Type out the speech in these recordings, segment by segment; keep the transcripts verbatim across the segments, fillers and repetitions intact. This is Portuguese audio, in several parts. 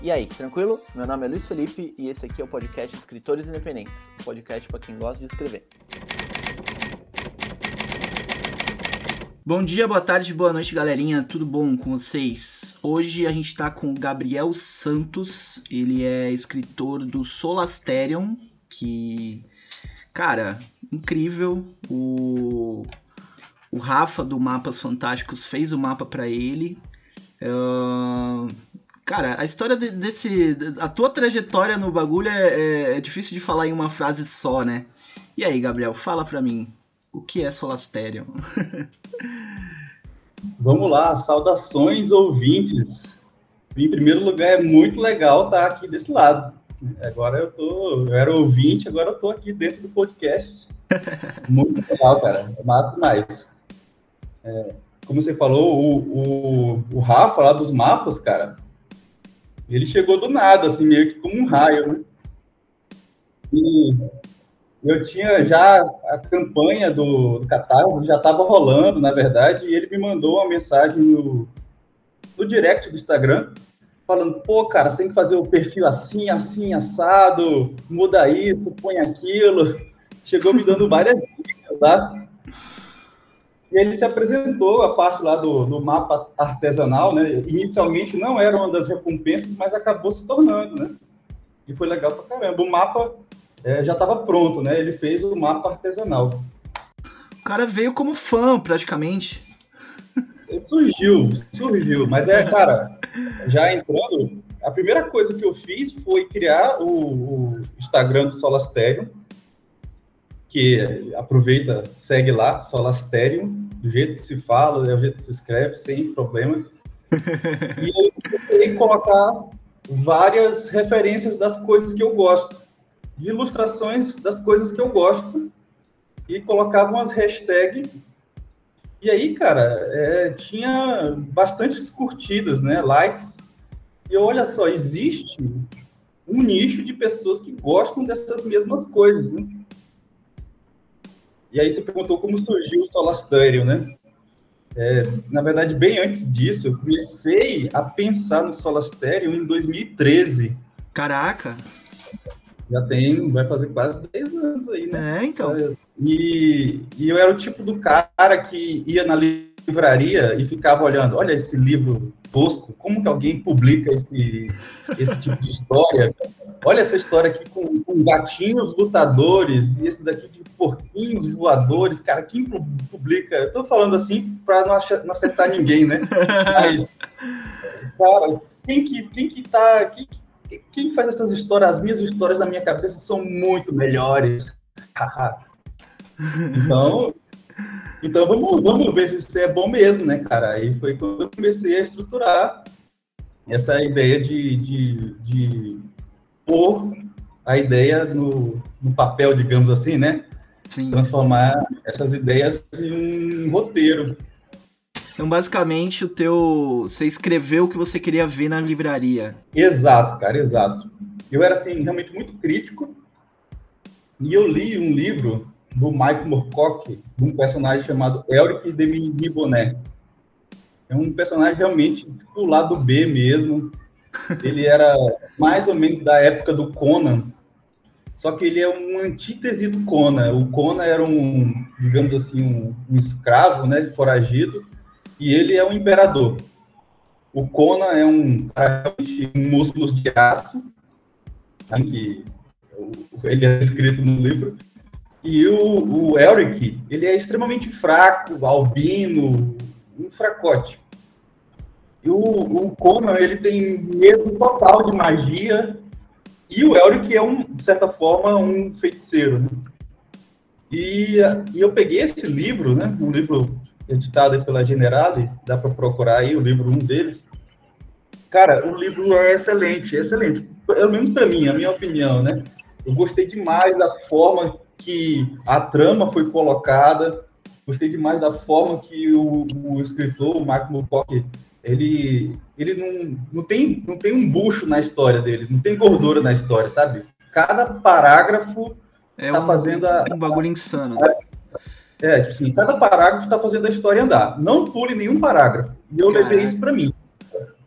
E aí, tranquilo? Meu nome é Luiz Felipe e esse aqui é o podcast Escritores Independentes, um podcast para quem gosta de escrever. Bom dia, boa tarde, boa noite, galerinha, tudo bom com vocês? Hoje a gente tá com o Gabriel Santos, ele é escritor do Solasterium, que, cara, incrível, o, o Rafa do Mapas Fantásticos fez o mapa pra ele. Uh, cara, a história de, desse, a tua trajetória no bagulho é, é, é difícil de falar em uma frase só, né? E aí, Gabriel, fala pra mim, o que é Solasterium? Vamos lá, saudações ouvintes. Em primeiro lugar, é muito legal estar aqui desse lado. Agora eu tô, eu era ouvinte, agora eu tô aqui dentro do podcast. Muito legal, cara. É massa demais. É, como você falou, o, o, o Rafa lá dos mapas, cara, ele chegou do nada, assim, meio que como um raio, né? E eu tinha já a campanha do, do Catarse, já estava rolando, na verdade, e ele me mandou uma mensagem no, no direct do Instagram, falando, pô, cara, você tem que fazer o perfil assim, assim, assado, muda isso, põe aquilo. Chegou me dando várias dicas, tá? E ele se apresentou, a parte lá do, do mapa artesanal, né? Inicialmente não era uma das recompensas, mas acabou se tornando, né? E foi legal pra caramba. O mapa é, já estava pronto, né? Ele fez o mapa artesanal. O cara veio como fã, praticamente. Surgiu, surgiu. Mas é, cara, já entrando, a primeira coisa que eu fiz foi criar o, o Instagram do Solasterium, que aproveita, segue lá, Solasterium, do jeito que se fala, do jeito que se escreve, sem problema. E eu comecei a colocar várias referências das coisas que eu gosto, de ilustrações das coisas que eu gosto, e colocava umas hashtags. E aí, cara, é, tinha bastantes curtidas, né, likes. E olha só, existe um nicho de pessoas que gostam dessas mesmas coisas, né? E aí você perguntou como surgiu o Solasterium, né? É, na verdade, bem antes disso, eu comecei a pensar no Solasterium em dois mil e treze. Caraca! Já tem, vai fazer quase dez anos aí, né? É, então. E, e eu era o tipo do cara que ia na livraria e ficava olhando, olha esse livro tosco, como que alguém publica esse, esse tipo de história? Olha essa história aqui com, com gatinhos lutadores e esse daqui de porquinhos voadores, cara, quem publica? Eu tô falando assim para não, não acertar ninguém, né? Mas, cara, quem que, quem que tá... Quem, quem faz essas histórias? As minhas histórias na minha cabeça são muito melhores. então, então vamos, vamos ver se isso é bom mesmo, né, cara? Aí foi quando eu comecei a estruturar essa ideia de, de, de pôr a ideia no, no papel, digamos assim, né? Sim. Transformar essas ideias em um roteiro. Então, basicamente, o teu... você escreveu o que você queria ver na livraria. Exato, cara, exato. Eu era, assim, realmente muito crítico. E eu li um livro do Michael Moorcock, de um personagem chamado Elric de Miniboné. É um personagem realmente do lado B mesmo. Ele era mais ou menos da época do Conan. Só que ele é um antítese do Conan. O Conan era um, digamos assim, um, um escravo, né, foragido. E ele é um imperador. O Conan é um cara com músculos de aço, que ele é escrito no livro. E o, o Elric, ele é extremamente fraco, albino, um fracote. E o, o Conan, ele tem medo total de magia. E o Elric é, um, de certa forma, um feiticeiro. Né? E, e eu peguei esse livro, né, um livro editado pela Generale, dá para procurar aí o livro, um deles. Cara, o livro é excelente, excelente. Pelo menos para mim, a minha opinião, né? Eu gostei demais da forma que a trama foi colocada, gostei demais da forma que o, o escritor, o Michael Moorcock, ele, ele não, não, tem, não tem um bucho na história dele, não tem gordura na história, sabe? Cada parágrafo é tá um, fazendo a, um bagulho insano. A, É, tipo assim, cada parágrafo está fazendo a história andar. Não pule nenhum parágrafo. E eu Caraca. levei isso para mim.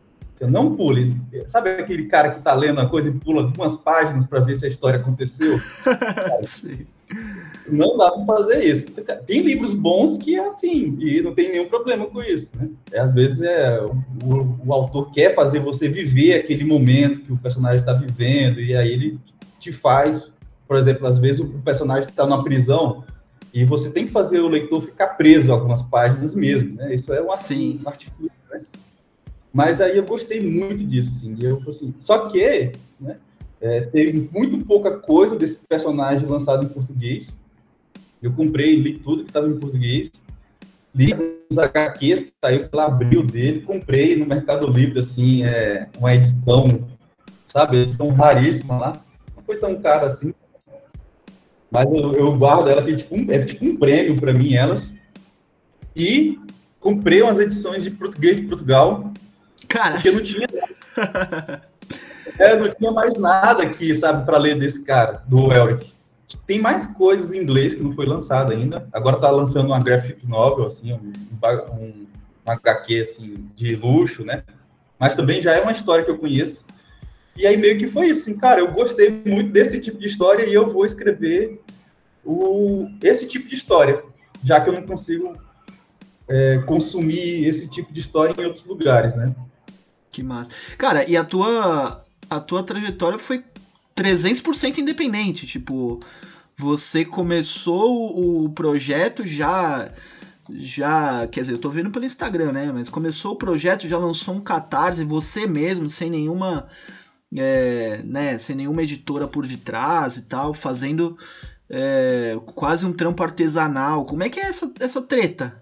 lógica, não pule. Sabe aquele cara que tá lendo a coisa e pula algumas páginas para ver se a história aconteceu? Sim. Não dá para fazer isso. Tem livros bons que é assim, e não tem nenhum problema com isso, né? É, às vezes é, o, o autor quer fazer você viver aquele momento que o personagem está vivendo, e aí ele te faz, por exemplo, às vezes o personagem está numa prisão e você tem que fazer o leitor ficar preso a algumas páginas mesmo, né? Isso é um, Sim. um artifício, né? Mas aí eu gostei muito disso, assim. Eu, assim só que, né, é, teve muito pouca coisa desse personagem lançado em português. Eu comprei, li tudo que estava em português, li os agá quês que saiu pela Abril dele, comprei no Mercado Livre, assim, é, uma edição, sabe, edição raríssima lá, não foi tão cara assim, mas eu, eu guardo, ela tem tipo um, é tipo um prêmio para mim, elas, e comprei umas edições de português de Portugal, cara, porque não tinha, é, não tinha mais nada aqui, sabe, para ler desse cara, do Elric. Tem mais coisas em inglês que não foi lançado ainda. Agora tá lançando uma graphic novel, assim, um, um, um agá quê assim, de luxo, né? Mas também já é uma história que eu conheço. E aí meio que foi isso, assim, cara, eu gostei muito desse tipo de história e eu vou escrever o, esse tipo de história, já que eu não consigo é, consumir esse tipo de história em outros lugares, né? Que massa. Cara, e a tua, a tua trajetória foi trezentos por cento independente, tipo, você começou o projeto já, já, quer dizer, eu tô vendo pelo Instagram, né, mas começou o projeto, já lançou um Catarse, você mesmo, sem nenhuma, é, né, sem nenhuma editora por detrás e tal, fazendo é, quase um trampo artesanal. Como é que é essa, essa treta?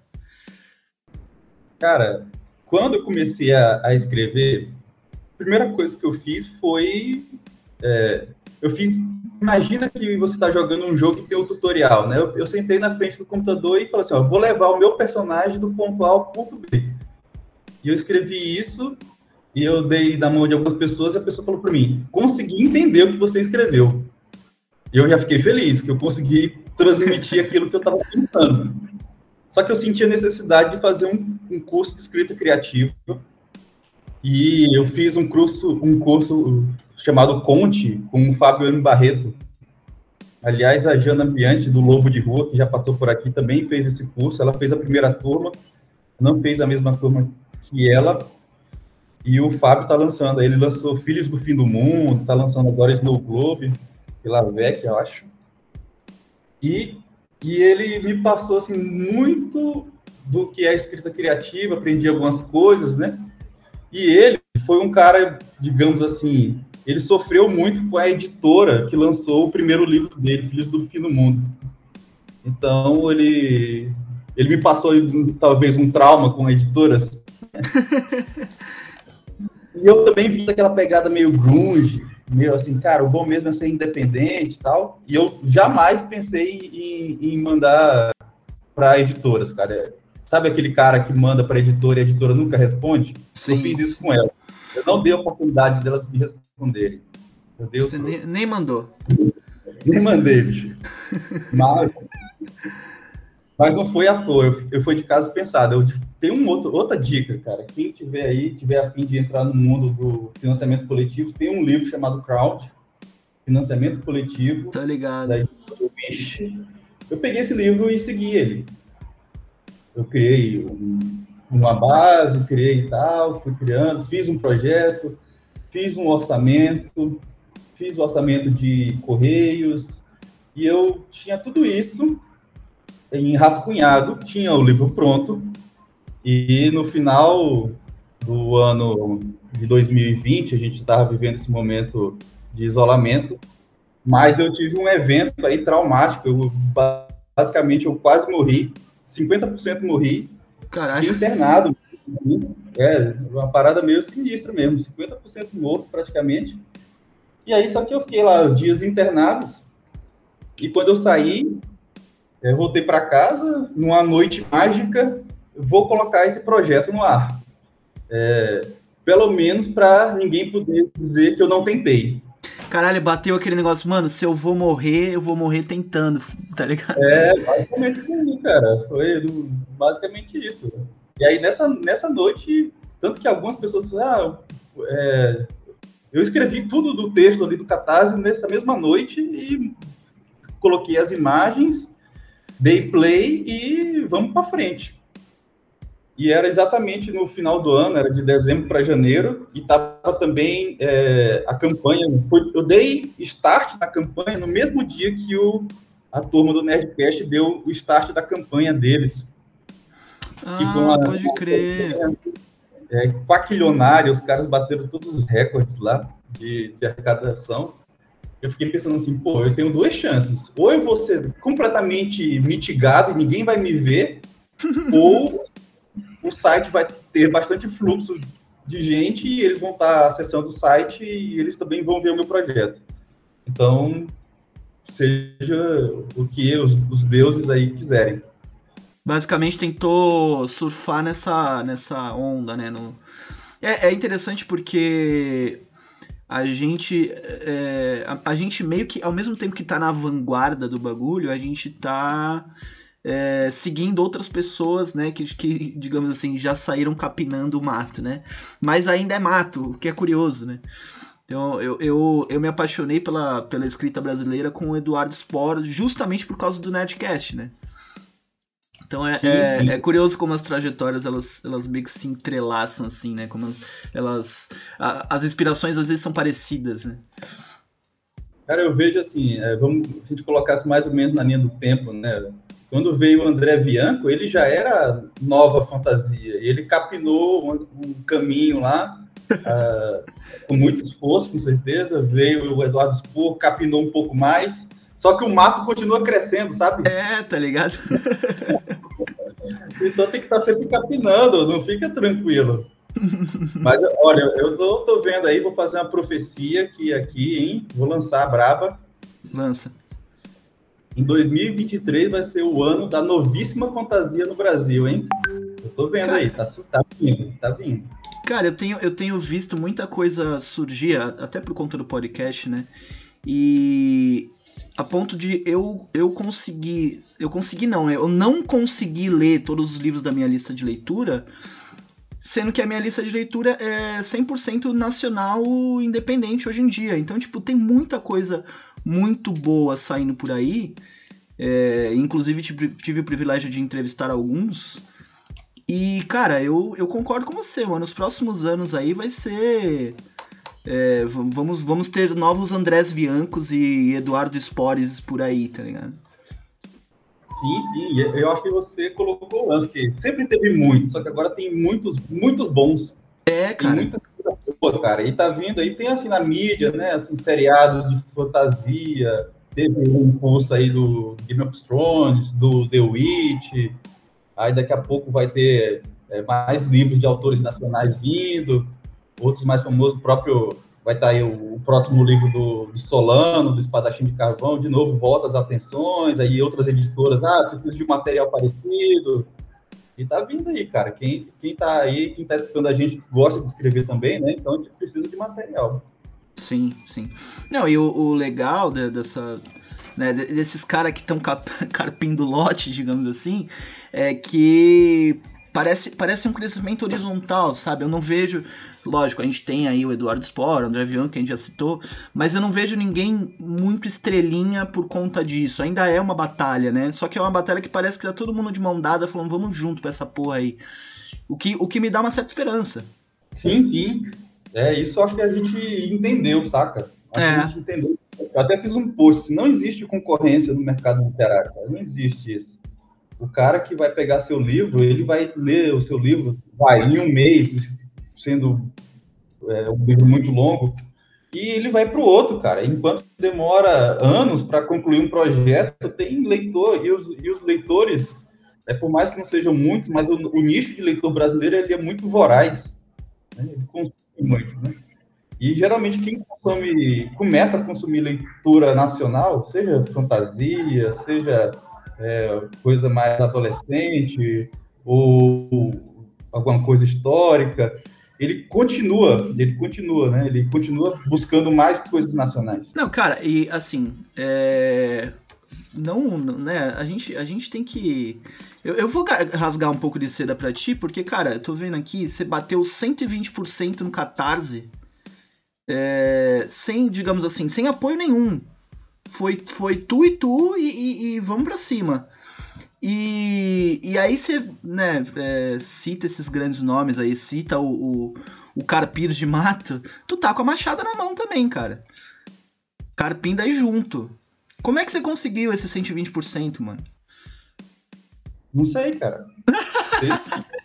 Cara, quando eu comecei a, a escrever, a primeira coisa que eu fiz foi... É, eu fiz, imagina que você está jogando um jogo que tem o tutorial, né? Eu, eu sentei na frente do computador e falei assim, ó, vou levar o meu personagem do ponto A ao ponto B. E eu escrevi isso e eu dei na mão de algumas pessoas e a pessoa falou para mim, consegui entender o que você escreveu. E eu já fiquei feliz, que eu consegui transmitir aquilo que eu estava pensando. Só que eu senti a necessidade de fazer um, um curso de escrita criativa e eu fiz um curso, um curso chamado Conte, com o Fábio M. Barreto. Aliás, a Jana Bianchi, do Lobo de Rua, que já passou por aqui, também fez esse curso. Ela fez a primeira turma, não fez a mesma turma que ela. E o Fábio está lançando. Ele lançou Filhos do Fim do Mundo, está lançando agora Snow Globe, pela V E C, eu acho. E, e ele me passou assim, muito do que é escrita criativa, aprendi algumas coisas, né? E ele foi um cara, digamos assim, ele sofreu muito com a editora que lançou o primeiro livro dele, Filhos do Fim do Mundo. Então, ele, ele me passou, talvez, um trauma com editoras. E eu também vi aquela pegada meio grunge, meio assim, cara, o bom mesmo é ser independente e tal. E eu jamais pensei em, em mandar para editoras, cara. Sabe aquele cara que manda para a editora e a editora nunca responde? Sim. Eu fiz isso com ela. Eu não dei a oportunidade delas me responderem. Eu dei Você nem, nem mandou. Nem mandei, bicho. Mas, mas não foi à toa. Eu, eu fui de caso pensado. Eu tenho um outro, outra dica, cara. Quem tiver aí, tiver a fim de entrar no mundo do financiamento coletivo, tem um livro chamado Crowd, Financiamento Coletivo. Tá ligado. Da eu peguei esse livro e segui ele. Eu criei um, uma base, criei e tal, fui criando, fiz um projeto, fiz um orçamento, fiz o orçamento de correios, e eu tinha tudo isso em rascunhado, tinha o livro pronto, e no final do ano de dois mil e vinte, a gente estava vivendo esse momento de isolamento, mas eu tive um evento aí traumático, eu, basicamente eu quase morri, cinquenta por cento morri, Caralho. Internado, é uma parada meio sinistra mesmo, cinquenta por cento morto praticamente, e aí só que eu fiquei lá dias internados, e quando eu saí, eu voltei para casa, numa noite mágica, vou colocar esse projeto no ar, é, pelo menos para ninguém poder dizer que eu não tentei. Caralho, bateu aquele negócio, mano, se eu vou morrer, eu vou morrer tentando, tá ligado? É, basicamente isso aí, cara. Foi basicamente isso. E aí, nessa, nessa noite, tanto que algumas pessoas, ah, é, eu escrevi tudo do texto ali do Catarse nessa mesma noite e coloquei as imagens, dei play e vamos para frente. E era exatamente no final do ano, era de dezembro para janeiro, e estava também é, a campanha. Foi, eu dei start na campanha no mesmo dia que o, a turma do Nerdcast deu o start da campanha deles. Ah, que foi uma, pode uma, crer. É, quaquilionária, os caras bateram todos os recordes lá de, de arrecadação. Eu fiquei pensando assim, pô, eu tenho duas chances. Ou eu vou ser completamente mitigado e ninguém vai me ver, ou o site vai ter bastante fluxo de gente e eles vão estar acessando o site e eles também vão ver o meu projeto. Então, seja o que os, os deuses aí quiserem. Basicamente tentou surfar nessa, nessa onda, né? No... É, é interessante porque a gente, é, a, a gente meio que, ao mesmo tempo que tá na vanguarda do bagulho, a gente tá... É, seguindo outras pessoas, né, que, que, digamos assim, já saíram capinando o mato, né, mas ainda é mato, o que é curioso, né. Então, eu, eu, eu me apaixonei pela, pela escrita brasileira com o Eduardo Spohr justamente por causa do Nerdcast, né. Então, é, sim, é, sim. é curioso como as trajetórias, elas, elas meio que se entrelaçam, assim, né, como elas... A, as inspirações, às vezes, são parecidas, né. Cara, eu vejo assim, é, vamos, se a gente colocasse mais ou menos na linha do tempo, né, quando veio o André Bianco, ele já era nova fantasia. Ele capinou um, um caminho lá, uh, com muito esforço, com certeza. Veio o Eduardo Spohr, capinou um pouco mais. Só que o mato continua crescendo, sabe? É, tá ligado? Então tem que estar sempre capinando, não fica tranquilo. Mas, olha, eu tô, tô vendo aí, vou fazer uma profecia aqui, aqui, hein? Vou lançar a braba. Lança. Em dois mil e vinte e três vai ser o ano da novíssima fantasia no Brasil, hein? Eu tô vendo cara, aí, tá, tá vindo, tá vindo. Cara, eu tenho, eu tenho visto muita coisa surgir, até por conta do podcast, né? E a ponto de eu, eu conseguir... Eu consegui não, né? Eu não consegui ler todos os livros da minha lista de leitura, sendo que a minha lista de leitura é cem por cento nacional independente hoje em dia. Então, tipo, tem muita coisa muito boa saindo por aí. É, inclusive, tive, tive o privilégio de entrevistar alguns. E, cara, eu, eu concordo com você, mano. Nos próximos anos aí vai ser... É, vamos, vamos ter novos Andrés Biancos e Eduardo Spohrs por aí, tá ligado? Sim, sim. Eu acho que você colocou o lance, que sempre teve muitos, só que agora tem muitos, muitos bons. É, cara. Tem muita coisa boa, cara. E tá vindo aí, tem assim na mídia, né? Assim, seriado de fantasia, teve um curso aí do Game of Thrones, do The Witch. Aí daqui a pouco vai ter é, mais livros de autores nacionais vindo, outros mais famosos, o próprio... Vai estar aí o, o próximo livro do, do Solano, do Espadachim de Carvão, de novo volta as atenções, aí outras editoras, ah, preciso de um material parecido, e tá vindo aí, cara, quem, quem tá aí, quem tá escutando a gente gosta de escrever também, né, então a gente precisa de material. Sim, sim. Não, e o, o legal de, dessa... Né, desses caras que estão carpindo lote, digamos assim, é que parece, parece um crescimento horizontal, sabe? Eu não vejo... Lógico, a gente tem aí o Eduardo Spohr, o André Bianco, que a gente já citou, mas eu não vejo ninguém muito estrelinha por conta disso. Ainda é uma batalha, né? Só que é uma batalha que parece que tá todo mundo de mão dada falando, vamos junto pra essa porra aí. O que, o que me dá uma certa esperança. Sim, sim. É, isso eu acho que a gente entendeu, saca? Acho é. que a gente entendeu. Eu até fiz um post, não existe concorrência no mercado literário, cara. Não existe isso. O cara que vai pegar seu livro, ele vai ler o seu livro, vai, em um mês, sendo é, um livro muito longo, e ele vai para o outro, cara. Enquanto demora anos para concluir um projeto, tem leitor, e os, e os leitores, é, por mais que não sejam muitos, mas o, o nicho de leitor brasileiro ele é muito voraz, né? Ele consome muito, né? E geralmente quem consome, começa a consumir leitura nacional, seja fantasia, seja é, coisa mais adolescente, ou alguma coisa histórica, ele continua, ele continua, né? Ele continua buscando mais coisas nacionais. Não, cara, e assim, é... não, né? A gente, a gente tem que Eu, eu vou rasgar um pouco de seda pra ti, porque, cara, eu tô vendo aqui, você bateu cento e vinte por cento no Catarse, é, sem, digamos assim, sem apoio nenhum. Foi, foi tu e tu e, e, e vamos pra cima. E, e aí você, né, é, cita esses grandes nomes aí, cita o, o, o Carpir de Mato, tu tá com a machada na mão também, cara. Carpim daí junto. Como é que você conseguiu esse cento e vinte por cento, mano? Não sei, cara. Não sei.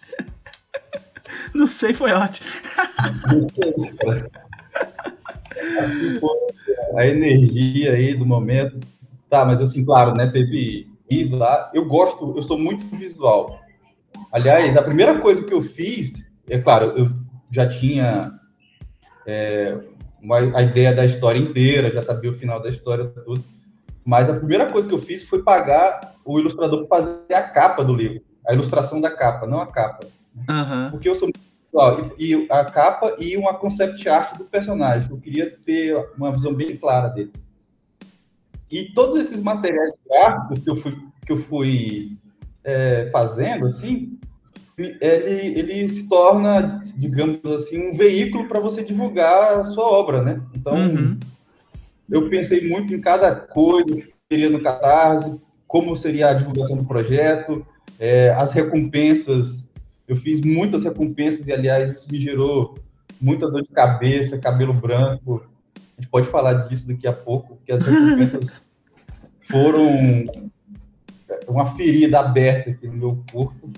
Não sei, foi ótimo. Não sei, cara. Assim, pô, a energia aí do momento. Tá, mas assim, claro, né? Teve isso lá. Eu gosto, eu sou muito visual. Aliás, a primeira coisa que eu fiz, é claro, eu já tinha é, uma, a ideia da história inteira, já sabia o final da história, tudo. Mas a primeira coisa que eu fiz foi pagar o ilustrador para fazer a capa do livro. A ilustração da capa, não a capa. Uhum. Porque eu sou muito visual. E, e a capa e uma concept art do personagem. Eu queria ter uma visão bem clara dele. E todos esses materiais gráficos que eu fui, que eu fui é, fazendo, assim, ele, ele se torna, digamos assim, um veículo para você divulgar a sua obra, né? Então, Uhum. eu pensei muito em cada coisa que seria no Catarse, como seria a divulgação do projeto, é, as recompensas. Eu fiz muitas recompensas e, aliás, isso me gerou muita dor de cabeça, cabelo branco. A gente pode falar disso daqui a pouco, porque as recompensas foram uma ferida aberta aqui no meu corpo.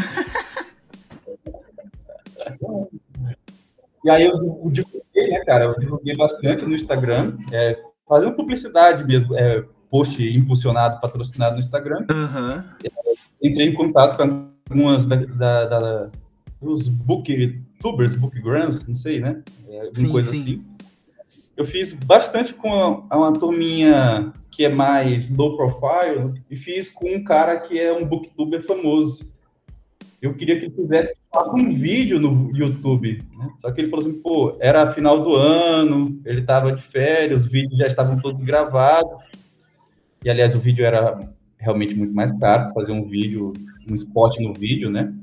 E aí eu, eu divulguei, né, cara? Eu divulguei bastante no Instagram, é, fazendo publicidade mesmo, é, post impulsionado, patrocinado no Instagram. Uhum. Entrei em contato com algumas da, da, da, dos booktubers, bookgrams, não sei, né? É, alguma sim, coisa sim. assim. Eu fiz bastante com uma, uma turminha que é mais low profile e fiz com um cara que é um booktuber famoso. Eu queria que ele fizesse um vídeo no YouTube, né? Só que ele falou assim, pô, era final do ano, ele estava de férias, os vídeos já estavam todos gravados. E, aliás, o vídeo era realmente muito mais caro, fazer um vídeo, um spot no vídeo, né?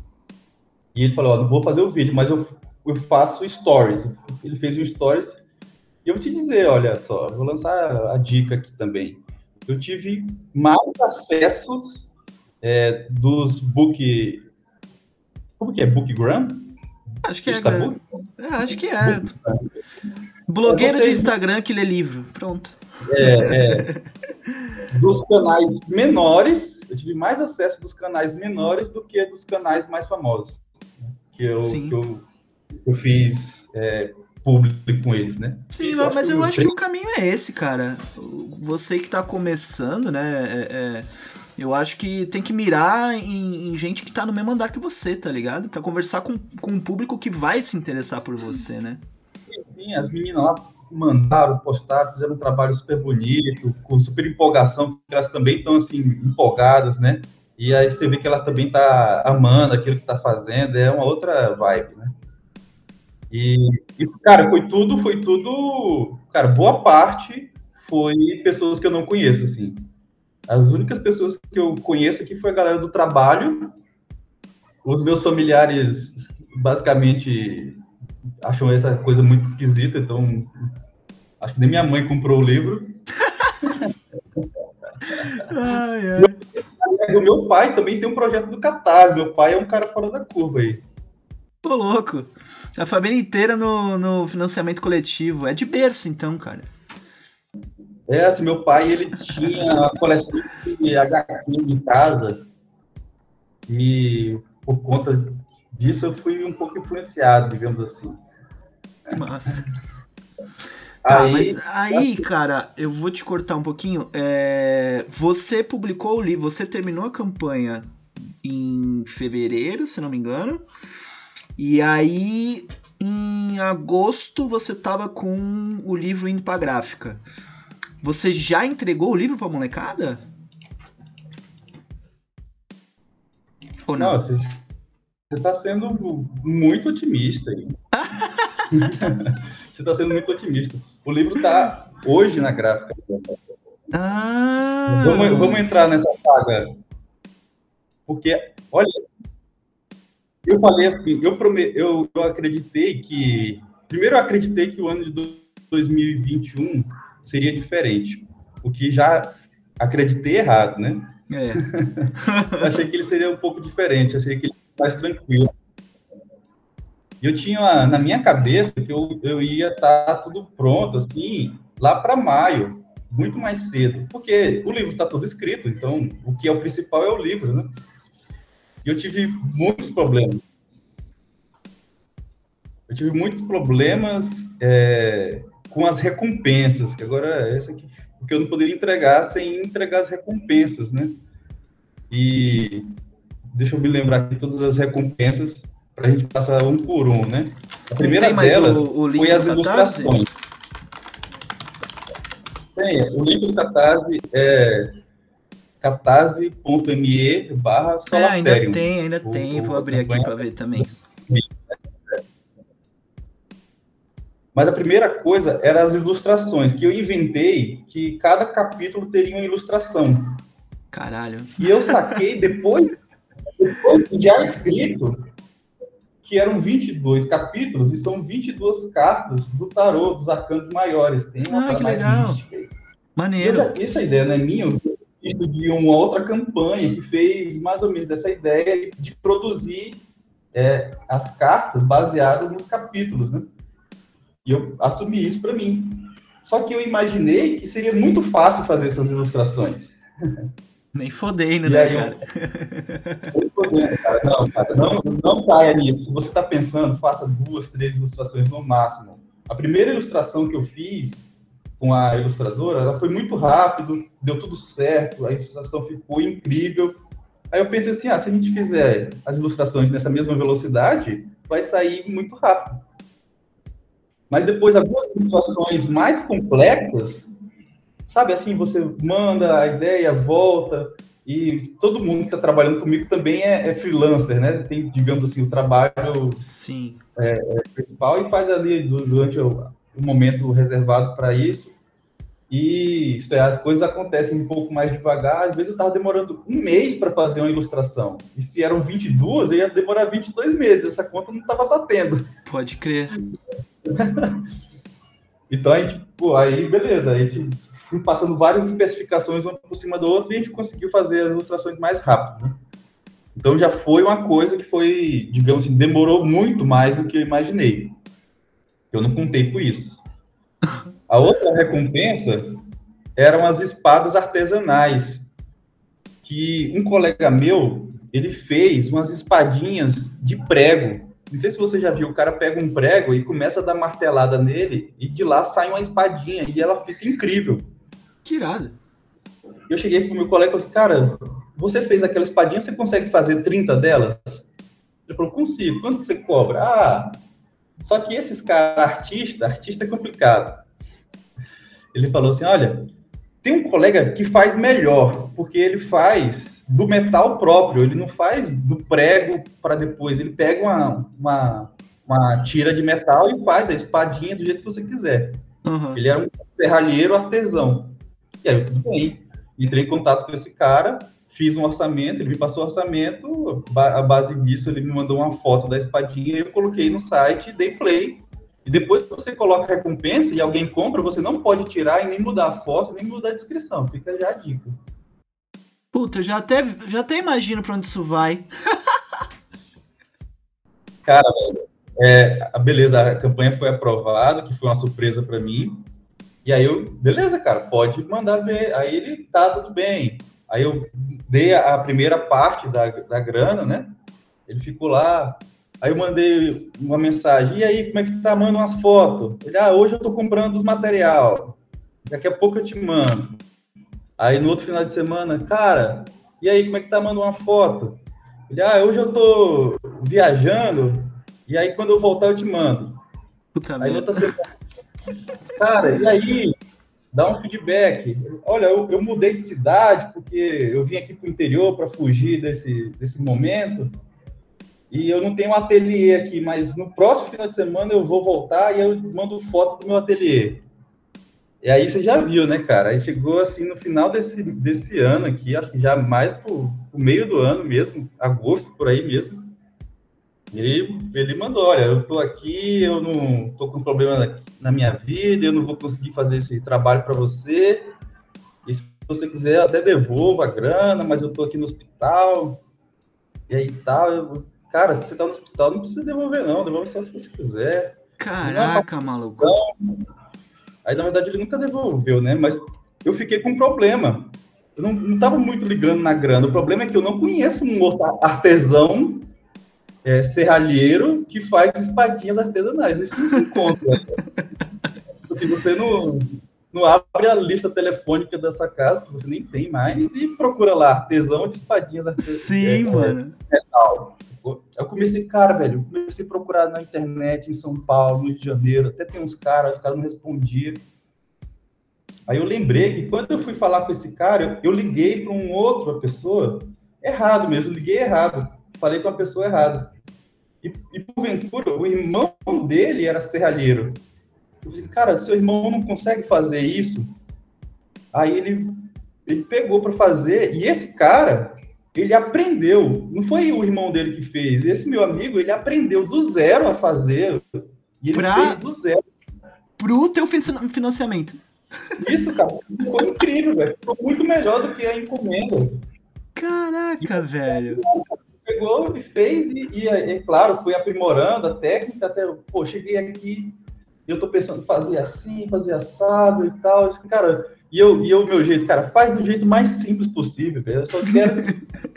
E ele falou, ó, não vou fazer o vídeo, mas eu, eu faço stories. Ele fez um stories. E eu vou te dizer, olha só, vou lançar a dica aqui também. Eu tive mais acessos é, dos book... Como que é? Bookgram? Acho que é, Book? é, acho que é. Blogueiro de Instagram que lê livro. Pronto. É, é. Dos canais menores, eu tive mais acesso dos canais menores do que dos canais mais famosos. Que eu, que eu, eu fiz é, público com eles, né? Sim, Isso, mas, mas eu eu acho que o caminho é esse, cara. Você que tá começando, né? É, é, eu acho que tem que mirar em, em gente que tá no mesmo andar que você, tá ligado? Pra conversar com, com um público que vai se interessar por você, né? Sim, as meninas lá mandaram, postaram, fizeram um trabalho super bonito, com super empolgação, porque elas também estão, assim, empolgadas, né? E aí você vê que elas também estão tá amando aquilo que está fazendo, é uma outra vibe, né? E, e, cara, foi tudo, foi tudo... Cara, boa parte foi pessoas que eu não conheço, assim. As únicas pessoas que eu conheço aqui foi a galera do trabalho. Os meus familiares, basicamente, acham essa coisa muito esquisita, então acho que nem minha mãe comprou o livro. Ai, ai. O meu pai também tem um projeto do Catarse. Meu pai é um cara fora da curva aí. Tô louco. A família inteira no, no financiamento coletivo. É de berço, então, cara. É, assim, meu pai, ele tinha uma coleção de agá quê em casa e por conta disso eu fui um pouco influenciado, digamos assim. Que massa. Tá, Aí, mas aí, cara, eu vou te cortar um pouquinho. É, você publicou o livro, você terminou a campanha em fevereiro, se não me engano. E aí, em agosto, você tava com o livro indo pra gráfica. Você já entregou o livro pra molecada? Ou não? Não, você, você tá sendo muito otimista aí. Você tá sendo muito otimista. O livro tá hoje na gráfica. Ah! Vamos, vamos entrar nessa saga. Porque, olha, eu falei assim, eu, prome... eu, eu acreditei que... Primeiro, eu acreditei que o ano de dois mil e vinte e um seria diferente, o que já acreditei errado, né? É. Eu achei que ele seria um pouco diferente, achei que ele seria mais tranquilo. E eu tinha na minha cabeça que eu, eu ia estar tudo pronto, assim, lá para maio, muito mais cedo, porque o livro está todo escrito, então o que é o principal é o livro, né? E eu tive muitos problemas. Eu tive muitos problemas é, com as recompensas, que agora é essa aqui, porque eu não poderia entregar sem entregar as recompensas, né? E deixa eu me lembrar aqui todas as recompensas para a gente passar um por um, né? A primeira delas o, o foi as ilustrações. Tem, o link do Catarse é catarse.me barra Solasterium. É, ainda tem, ainda o, tem. Vou abrir aqui para ver também. Mas a primeira coisa era as ilustrações, que eu inventei que cada capítulo teria uma ilustração. Caralho. E eu saquei depois, depois já escrito, que eram vinte e dois capítulos e são vinte e duas cartas do tarô, dos arcanos maiores. Tem uma ah, que legal. Maneiro. Já, essa ideia não é minha, isso de uma outra campanha que fez mais ou menos essa ideia de produzir é, as cartas baseadas nos capítulos, né? E eu assumi isso para mim. Só que eu imaginei que seria muito fácil fazer essas ilustrações. Nem fodendo, né, cara? Eu... Nem fodendo, cara. Não, cara, não, não caia nisso. Se você está pensando, faça duas, três ilustrações no máximo. A primeira ilustração que eu fiz com a ilustradora, ela foi muito rápido, deu tudo certo, a ilustração ficou incrível. Aí eu pensei assim, ah, se a gente fizer as ilustrações nessa mesma velocidade, vai sair muito rápido. Mas depois, algumas situações mais complexas, sabe, assim, você manda a ideia, volta, e todo mundo que está trabalhando comigo também é, é freelancer, né? Tem, digamos assim, o trabalho Sim. É, é, principal e faz ali durante o, o momento reservado para isso. E isso é, as coisas acontecem um pouco mais devagar. Às vezes eu estava demorando um mês para fazer uma ilustração. E se eram vinte e duas, eu ia demorar vinte e dois meses. Essa conta não estava batendo. Pode crer. Então, a gente, pô, aí beleza, a gente foi passando várias especificações uma por cima da outra e a gente conseguiu fazer as ilustrações mais rápido, né? Então, já foi uma coisa que foi, digamos assim, demorou muito mais do que eu imaginei. Eu não contei com isso. A outra recompensa eram as espadas artesanais, que um colega meu, ele fez umas espadinhas de prego. Não sei se você já viu, o cara pega um prego e começa a dar martelada nele, e de lá sai uma espadinha, e ela fica incrível. Que irado. Eu cheguei pro meu colega e falei assim, cara, você fez aquela espadinha, você consegue fazer trinta delas? Ele falou, consigo. Quanto que você cobra? Ah, só que esses caras, artista, artista é complicado. Ele falou assim, olha, tem um colega que faz melhor, porque ele faz do metal próprio, ele não faz do prego para depois, ele pega uma, uma, uma tira de metal e faz a espadinha do jeito que você quiser. Uhum. Ele era um serralheiro artesão. E aí, tudo bem. Entrei em contato com esse cara, fiz um orçamento, ele me passou o orçamento, a base disso ele me mandou uma foto da espadinha, eu coloquei no site, dei play, e depois que você coloca a recompensa e alguém compra, você não pode tirar e nem mudar a foto, nem mudar a descrição, fica já a dica. Puta, já até, já até imagino pra onde isso vai. Cara, é, beleza, a campanha foi aprovada, que foi uma surpresa para mim. E aí eu, beleza, cara, pode mandar ver. Aí ele, tá, tudo bem. Aí eu dei a, a primeira parte da, da grana, né? Ele ficou lá. Aí eu mandei uma mensagem. E aí, como é que tá? Manda umas fotos. Ele, ah, hoje eu tô comprando os material. Daqui a pouco eu te mando. Aí no outro final de semana, cara, e aí, como é que tá? Manda uma foto. Ele, ah, hoje eu tô viajando. E aí, quando eu voltar, eu te mando. Puta aí, merda. outra semana, cara, e aí? Dá um feedback. Olha, eu, eu mudei de cidade porque eu vim aqui para o interior para fugir desse, desse momento e eu não tenho um ateliê aqui, mas no próximo final de semana eu vou voltar e eu mando foto do meu ateliê. E aí você já viu, né, cara? Aí chegou assim no final desse, desse ano aqui, acho que já mais pro, pro meio do ano mesmo, agosto, por aí mesmo. Ele, ele mandou, olha, eu tô aqui, eu não tô com problema na, na minha vida, eu não vou conseguir fazer esse trabalho para você. E se você quiser, até devolvo a grana, mas eu tô aqui no hospital. E aí tal, eu, cara, se você tá no hospital, não precisa devolver não, devolve só se você quiser. Caraca, não, maluco. Aí, na verdade, ele nunca devolveu, né? Mas eu fiquei com um problema. Eu não, não tava muito ligando na grana. O problema é que eu não conheço um outro artesão é, serralheiro que faz espadinhas artesanais. Isso não se encontra. Se você não, não abre a lista telefônica dessa casa, que você nem tem mais, e procura lá, artesão de espadinhas artesanais. Sim, é, mano. É, tal. Eu comecei, cara, velho, eu comecei a procurar na internet, em São Paulo, no Rio de Janeiro, até tem uns caras, os caras não respondiam. Aí eu lembrei que quando eu fui falar com esse cara, eu, eu liguei para um outra pessoa, errado mesmo, liguei errado, falei com a pessoa errada. E, e porventura, o irmão dele era serralheiro. Eu falei, cara, seu irmão não consegue fazer isso? Aí ele, ele pegou para fazer, e esse cara... ele aprendeu, não foi o irmão dele que fez, esse meu amigo, ele aprendeu do zero a fazer, e ele pra... fez do zero. Pro teu financiamento. Isso, cara, foi incrível, velho, ficou muito melhor do que a encomenda. Caraca, e, velho. Pegou e fez, e, e é claro, foi aprimorando a técnica, até, pô, cheguei aqui, eu tô pensando em fazer assim, fazer assado e tal, cara... E eu, e eu, meu jeito, cara, faz do jeito mais simples possível, velho. Eu só quero...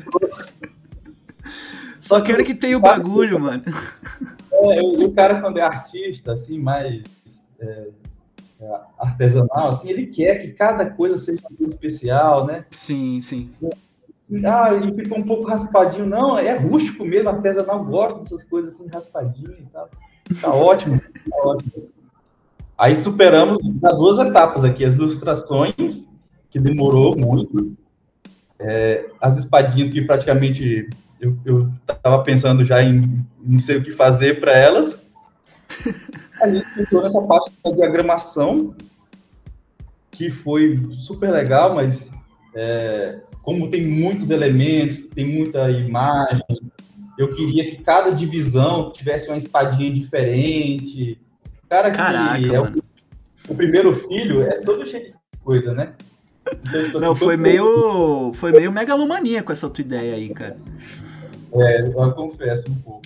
só quero que tenha o bagulho, mano. É, e o cara, quando é artista, assim, mais é, artesanal, assim, ele quer que cada coisa seja especial, né? Sim, sim. Ah, ele ficou um pouco raspadinho. Não, é rústico mesmo, artesanal gosta dessas coisas assim, raspadinho e tal. Tá ótimo, tá ótimo. Aí superamos as duas etapas aqui, as ilustrações, que demorou muito, é, as espadinhas que praticamente eu estava pensando já em não sei o que fazer para elas. A gente entrou nessa parte da diagramação, que foi super legal, mas é, como tem muitos elementos, tem muita imagem, eu queria que cada divisão tivesse uma espadinha diferente. Cara, Caraca, que é mano. O, o primeiro filho é todo cheio de coisa, né? Então, tipo, não, assim, foi meio todo... foi meio megalomaníaco essa tua ideia aí, cara. É, eu confesso um pouco.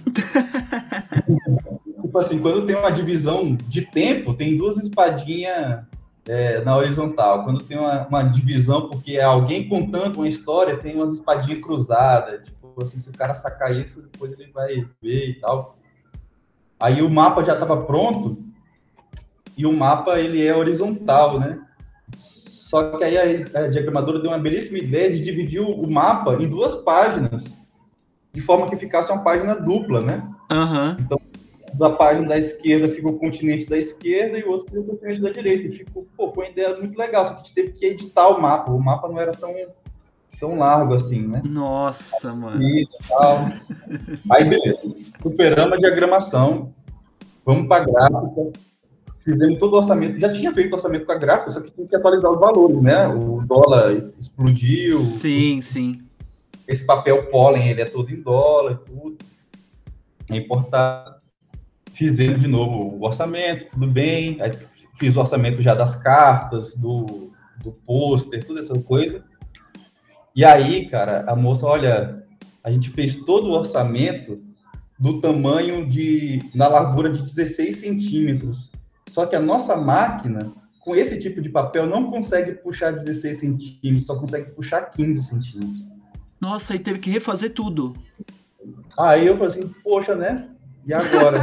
Tipo assim, quando tem uma divisão de tempo, tem duas espadinhas é, na horizontal. Quando tem uma, uma divisão, porque é alguém contando uma história, tem umas espadinhas cruzadas. Tipo assim, se o cara sacar isso, depois ele vai ver e tal. Aí o mapa já estava pronto, e o mapa, ele é horizontal, né? Só que aí a, a diagramadora deu uma belíssima ideia de dividir o, o mapa em duas páginas, de forma que ficasse uma página dupla, né? Uhum. Então, da página da esquerda fica o continente da esquerda e o outro fica o continente da direita. E ficou, pô, foi uma ideia muito legal, só que a gente teve que editar o mapa. O mapa não era tão, tão largo assim, né? Nossa, mano. Isso, tal. Aí, beleza. Superamos a diagramação, vamos para a gráfica, fizemos todo o orçamento. Já tinha feito o orçamento com a gráfica, só que tinha que atualizar os valores, né? O dólar explodiu. Sim, os... sim. Esse papel pólen, ele é todo em dólar e tudo. É importado. Fizemos de novo o orçamento, tudo bem. Aí fiz o orçamento já das cartas, do, do pôster, toda essa coisa. E aí, cara, a moça, olha, a gente fez todo o orçamento do tamanho de, na largura de dezesseis centímetros. Só que a nossa máquina, com esse tipo de papel, não consegue puxar dezesseis centímetros, só consegue puxar quinze centímetros. Nossa, aí teve que refazer tudo. Aí eu falei assim, poxa, né? E agora?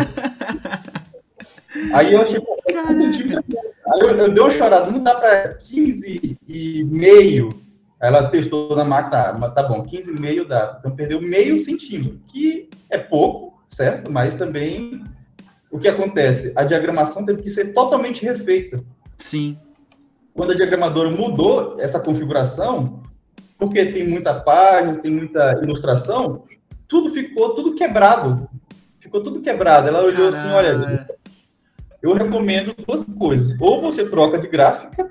Aí eu achei, aí eu, eu dei uma chorada, não dá para quinze e meio. Ela testou na máquina, mas tá bom, quinze e meio dá. Então perdeu meio centímetro, que é pouco, certo? Mas também o que acontece? A diagramação teve que ser totalmente refeita. Sim. Quando a diagramadora mudou essa configuração, porque tem muita página, tem muita ilustração, tudo ficou tudo quebrado. Ficou tudo quebrado. Ela olhou Caralho. assim, olha, eu recomendo duas coisas. Ou você troca de gráfica,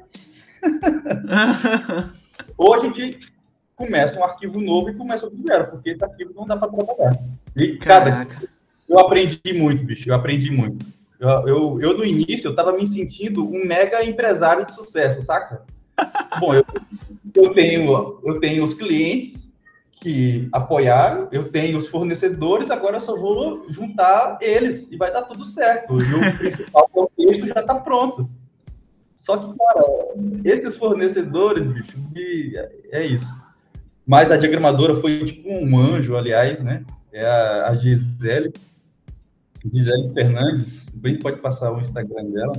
ou a gente começa um arquivo novo e começa do zero, porque esse arquivo não dá para trabalhar. E, cara, eu aprendi muito, bicho, eu aprendi muito. Eu, eu, eu no início, eu tava me sentindo um mega empresário de sucesso, saca? Bom, eu, eu, tenho, eu tenho os clientes que apoiaram, eu tenho os fornecedores, agora eu só vou juntar eles e vai dar tudo certo. E o principal contexto já está pronto. Só que, cara, esses fornecedores, bicho, é isso. Mas a diagramadora foi tipo um anjo, aliás, né? É a, a Gisele, Gisele Fernandes, bem pode passar o Instagram dela.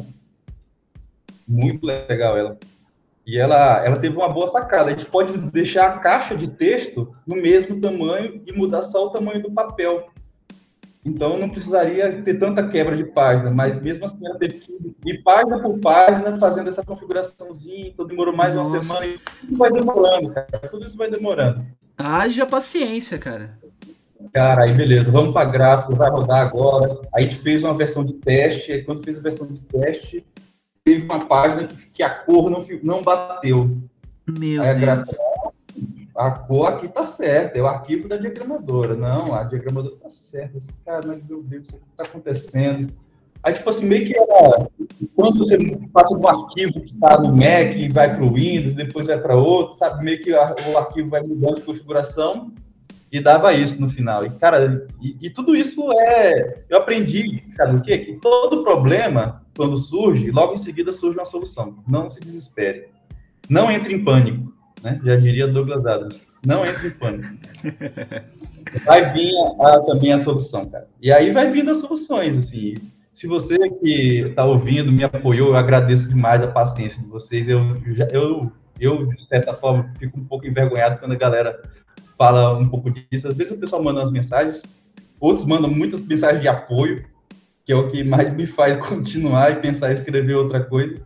Muito legal ela. E ela, ela teve uma boa sacada. A gente pode deixar a caixa de texto no mesmo tamanho e mudar só o tamanho do papel. Então, não precisaria ter tanta quebra de página, mas mesmo assim, ela teve que ir página por página, fazendo essa configuraçãozinha, então demorou mais Nossa. uma semana, e tudo vai demorando, cara. Tudo isso vai demorando. Haja paciência, cara. Cara, aí beleza, vamos para gráfico, vai rodar agora. Aí a gente fez uma versão de teste, aí quando fez a versão de teste, teve uma página que, que a cor não, não bateu. Meu aí a Deus. Gráfica, a cor aqui tá certa, é o arquivo da diagramadora. Não, a diagramadora tá certa. Esse cara, mas meu Deus, o que tá acontecendo? Aí, tipo assim, meio que era, quando você passa um arquivo que tá no Mac e vai para o Windows, depois vai para outro, sabe? Meio que o arquivo vai mudando de configuração e dava isso no final. E, cara, e, e tudo isso é... Eu aprendi, sabe o quê? Que todo problema, quando surge, logo em seguida surge uma solução. Não se desespere. Não entre em pânico, né? Já diria Douglas Adams. Não entre em pânico. Vai vir a, a, também a solução, cara. E aí vai vindo as soluções, assim. Se você que está ouvindo me apoiou, eu agradeço demais a paciência de vocês. Eu, eu, eu, de certa forma, fico um pouco envergonhado quando a galera fala um pouco disso. Às vezes o pessoal manda umas mensagens, outros mandam muitas mensagens de apoio, que é o que mais me faz continuar e pensar em escrever outra coisa.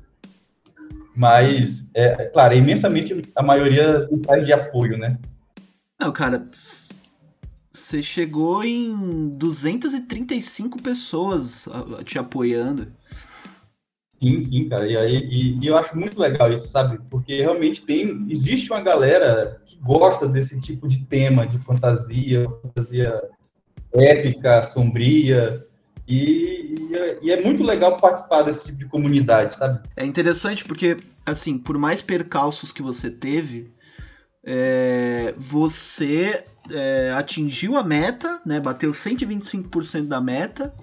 Mas, é, claro, é imensamente a maioria das mensagens de apoio, né? Não, cara, você chegou em duzentas e trinta e cinco pessoas te apoiando. Sim, sim, cara. E, aí, e, e eu acho muito legal isso, sabe? Porque realmente tem, existe uma galera que gosta desse tipo de tema, de fantasia, fantasia épica, sombria. E, e, é, e é muito legal participar desse tipo de comunidade, sabe? É interessante porque, assim, por mais percalços que você teve, é, você é, atingiu a meta, né? Bateu cento e vinte e cinco por cento da meta.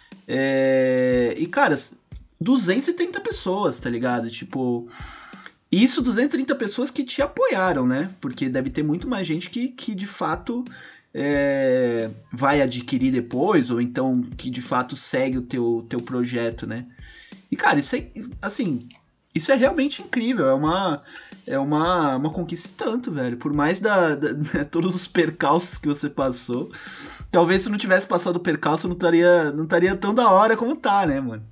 É, e, cara, duzentas e trinta pessoas, tá ligado? Tipo, isso duzentas e trinta pessoas que te apoiaram, né? Porque deve ter muito mais gente que, que de fato... É, vai adquirir depois, ou então que de fato segue o teu, teu projeto, né? E, cara, isso é, assim, isso é realmente incrível, é uma, é uma, uma conquista e tanto, velho. Por mais da, da, todos os percalços que você passou, talvez se não tivesse passado o percalço, não estaria, não estaria tão da hora como tá, né, mano?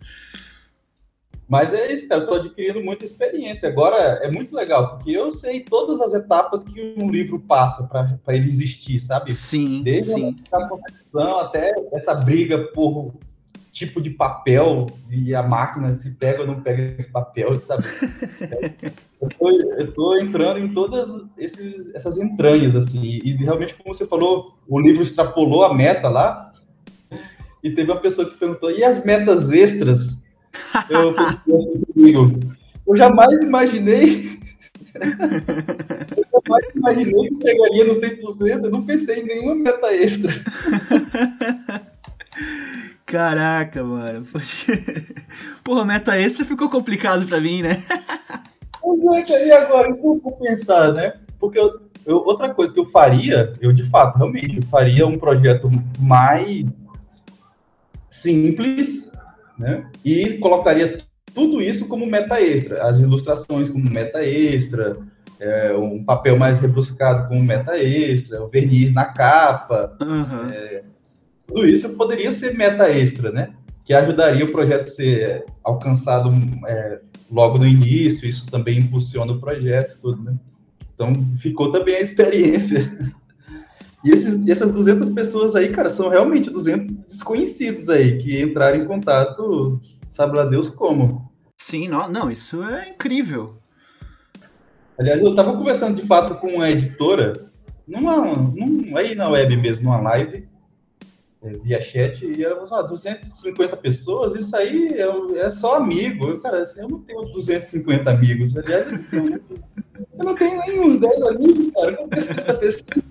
Mas é isso, cara, eu tô adquirindo muita experiência. Agora é muito legal, porque eu sei todas as etapas que um livro passa para ele existir, sabe? Sim, Desde sim. a competição até essa briga por tipo de papel e a máquina se pega ou não pega esse papel, sabe? eu, tô, eu tô entrando em todas esses, essas entranhas, assim, e realmente, como você falou, o livro extrapolou a meta lá, e teve uma pessoa que perguntou, e as metas extras? Eu pensei assim comigo, eu jamais imaginei, eu jamais imaginei que pegaria no cem por cento, eu não pensei em nenhuma meta extra. Caraca, mano. Porra, meta extra ficou complicado pra mim, né? E agora, eu vou pensar, né? Porque eu, eu, outra coisa que eu faria, eu de fato, realmente, eu faria um projeto mais simples, né? E colocaria tudo isso como meta extra, as ilustrações como meta extra, é, um papel mais rebuscado como meta extra, o verniz na capa, uhum. é, tudo isso poderia ser meta extra, né? Que ajudaria o projeto a ser alcançado é, logo no início, isso também impulsiona o projeto, tudo, né? Então, ficou também a experiência. E esses, essas duzentas pessoas aí, cara, são realmente duzentos desconhecidos aí, que entraram em contato sabe lá Deus como. Sim, não, não, isso é incrível. Aliás, eu estava conversando de fato com uma editora, numa, num, aí na web mesmo, numa live, é, via chat, e ela falou, ah, duzentas e cinquenta pessoas, isso aí é, é só amigo. Eu, cara, assim, eu não tenho duzentos e cinquenta amigos. Aliás, eu não, eu não tenho nem uns dez amigos, cara. Como é sessenta pessoas?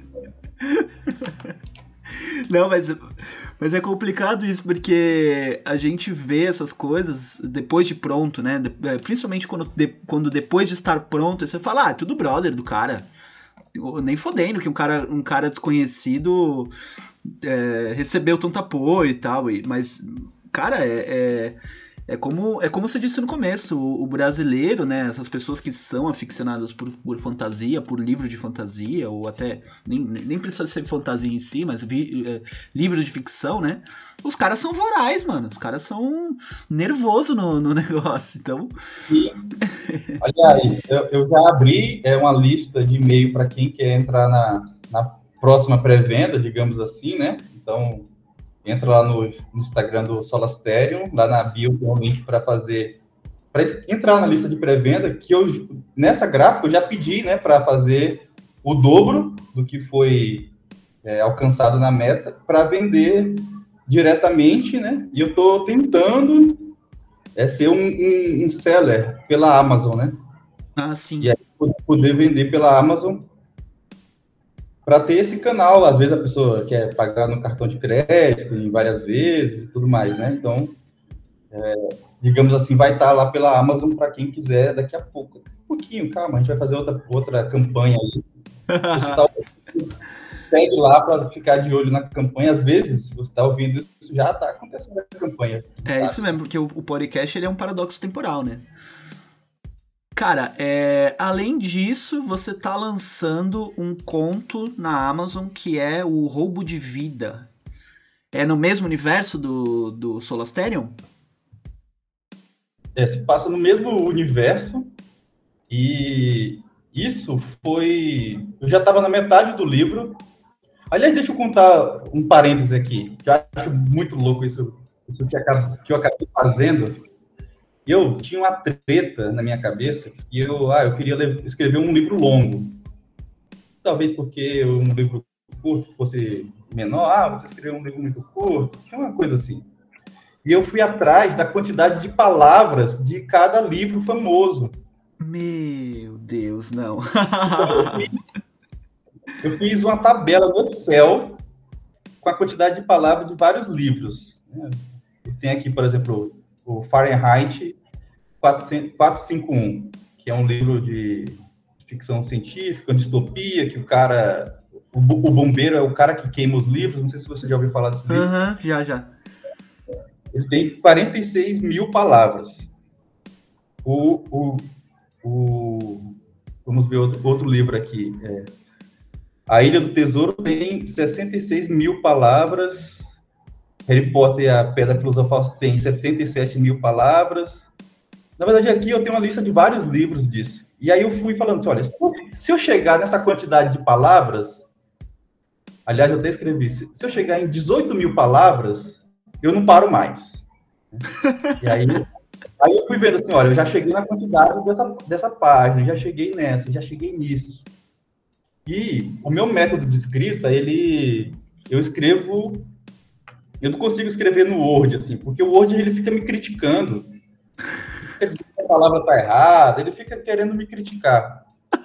Não, mas, mas é complicado isso, porque a gente vê essas coisas depois de pronto, né? De, principalmente quando, de, quando depois de estar pronto, você fala, ah, é tudo brother do cara. Nem fodendo que um cara, um cara desconhecido é, recebeu tanto apoio e tal, e, mas, cara, é, é, é, como, é como você disse no começo, o, o brasileiro, né, essas pessoas que são aficionadas por, por fantasia, por livro de fantasia, ou até, nem, nem precisa ser fantasia em si, mas vi, é, livros de ficção, né, os caras são voraz, mano, os caras são nervosos no, no negócio, então... E, aliás, eu, eu já abri é, uma lista de e-mail para quem quer entrar na, na próxima pré-venda, digamos assim, né? Então, entra lá no, no Instagram do Solasterium, lá na bio tem um link para fazer, para entrar na lista de pré-venda, que eu, nessa gráfica, eu já pedi, né, para fazer o dobro do que foi é, alcançado na meta, para vender diretamente, né? E eu estou tentando é, ser um, um, um seller pela Amazon, né? Ah, sim. E aí poder vender pela Amazon para ter esse canal. Às vezes a pessoa quer pagar no cartão de crédito em várias vezes e tudo mais, né? Então, é, digamos assim, vai estar lá pela Amazon para quem quiser daqui a pouco. Um pouquinho, calma, a gente vai fazer outra, outra campanha aí. Segue lá para ficar de olho na campanha. Às vezes, você está ouvindo isso, já está acontecendo a campanha. É sabe? Isso mesmo, porque o, o podcast ele é um paradoxo temporal, né? Cara, é, além disso, você tá lançando um conto na Amazon que é o Roubo de Vida. É no mesmo universo do, do Solasterium? É, se passa no mesmo universo e isso foi... Eu já estava na metade do livro. Aliás, deixa eu contar um parêntese aqui, que eu acho muito louco isso, isso que, acabo, que eu acabei fazendo. Eu tinha uma treta na minha cabeça e eu, ah, eu queria escrever um livro longo. Talvez porque um livro curto fosse menor. Ah, você escreveu um livro muito curto. Tinha uma coisa assim. E eu fui atrás da quantidade de palavras de cada livro famoso. Meu Deus, não. Então, eu, fiz, eu fiz uma tabela no Excel com a quantidade de palavras de vários livros. Tem aqui, por exemplo, o Fahrenheit quatrocentos e cinquenta e um, que é um livro de ficção científica, distopia, que o cara... O, o bombeiro é o cara que queima os livros. Não sei se você já ouviu falar desse livro. Aham, uhum, já, já. Ele tem quarenta e seis mil palavras. O, o, o, vamos ver outro, outro livro aqui. É, A Ilha do Tesouro tem sessenta e seis mil palavras. Harry Potter e a Pedra Filosofal tem setenta e sete mil palavras. Na verdade, aqui eu tenho uma lista de vários livros disso. E aí eu fui falando assim, olha, se eu chegar nessa quantidade de palavras... Aliás, eu até escrevi, se eu chegar em dezoito mil palavras, eu não paro mais. E aí, aí eu fui vendo assim, olha, eu já cheguei na quantidade dessa, dessa página, já cheguei nessa, já cheguei nisso. E o meu método de escrita, ele... Eu escrevo... Eu não consigo escrever no Word, assim, porque o Word, ele fica me criticando. Quer dizer que a palavra tá errada, ele fica querendo me criticar.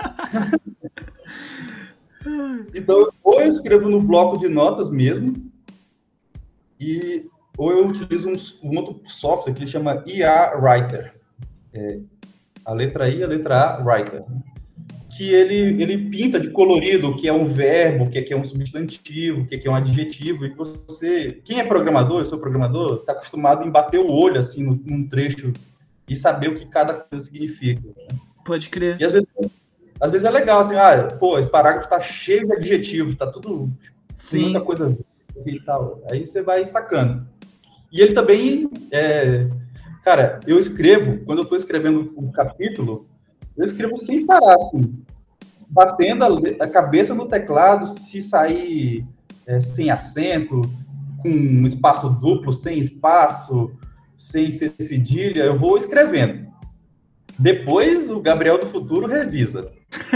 Então, ou eu escrevo no bloco de notas mesmo, e, ou eu utilizo um, um outro software que chama I A Writer. É, a letra I, a letra A, Writer. Que ele, ele pinta de colorido o que é um verbo, o que é um substantivo, o que é um adjetivo, e você, quem é programador, eu sou programador, está acostumado em bater o olho, assim, num, num trecho, e saber o que cada coisa significa. Pode crer. E às vezes, às vezes é legal, assim, ah, pô, esse parágrafo tá cheio de adjetivo, tá tudo, Sim. muita coisa e tal. Aí você vai sacando. E ele também, é, cara, eu escrevo, quando eu tô escrevendo um capítulo, eu escrevo sem parar, assim, batendo a, a cabeça no teclado, se sair é, sem acento, com espaço duplo, sem espaço, sem ser cedilha, eu vou escrevendo. Depois o Gabriel do futuro revisa.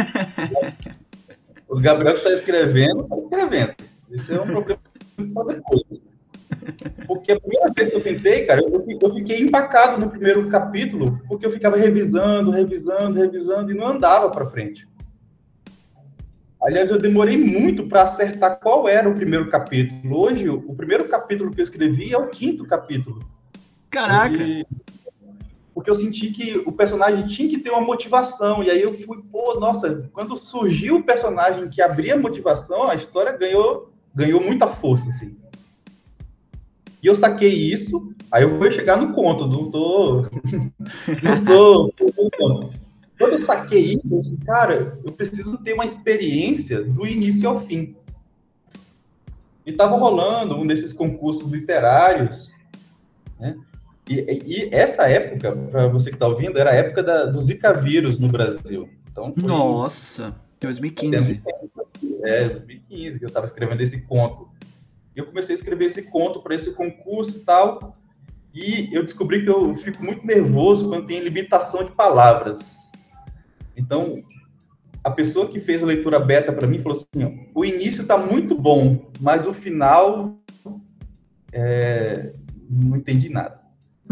O Gabriel que está escrevendo, está escrevendo. Esse é um problema para depois. Porque a primeira vez que eu tentei, cara, eu, eu fiquei empacado no primeiro capítulo, porque eu ficava revisando, revisando, revisando, e não andava para frente. Aliás, eu demorei muito para acertar qual era o primeiro capítulo. Hoje, o primeiro capítulo que eu escrevi é o quinto capítulo. Caraca! Onde... Porque eu senti que o personagem tinha que ter uma motivação. E aí eu fui, pô, nossa, quando surgiu o personagem que abria a motivação, a história ganhou, ganhou muita força, assim. E eu saquei isso, aí eu vou chegar no conto, não tô... não tô... Quando eu saquei isso, eu disse, cara, eu preciso ter uma experiência do início ao fim. E estava rolando um desses concursos literários, né? E, e essa época, para você que está ouvindo, era a época da, do Zika vírus no Brasil. Então, foi Nossa, dois mil e quinze. É, dois mil e quinze que eu estava escrevendo esse conto. E eu comecei a escrever esse conto para esse concurso e tal, e eu descobri que eu fico muito nervoso quando tem limitação de palavras. Então, a pessoa que fez a leitura beta para mim falou assim, ó, o início está muito bom, mas o final, é, não entendi nada.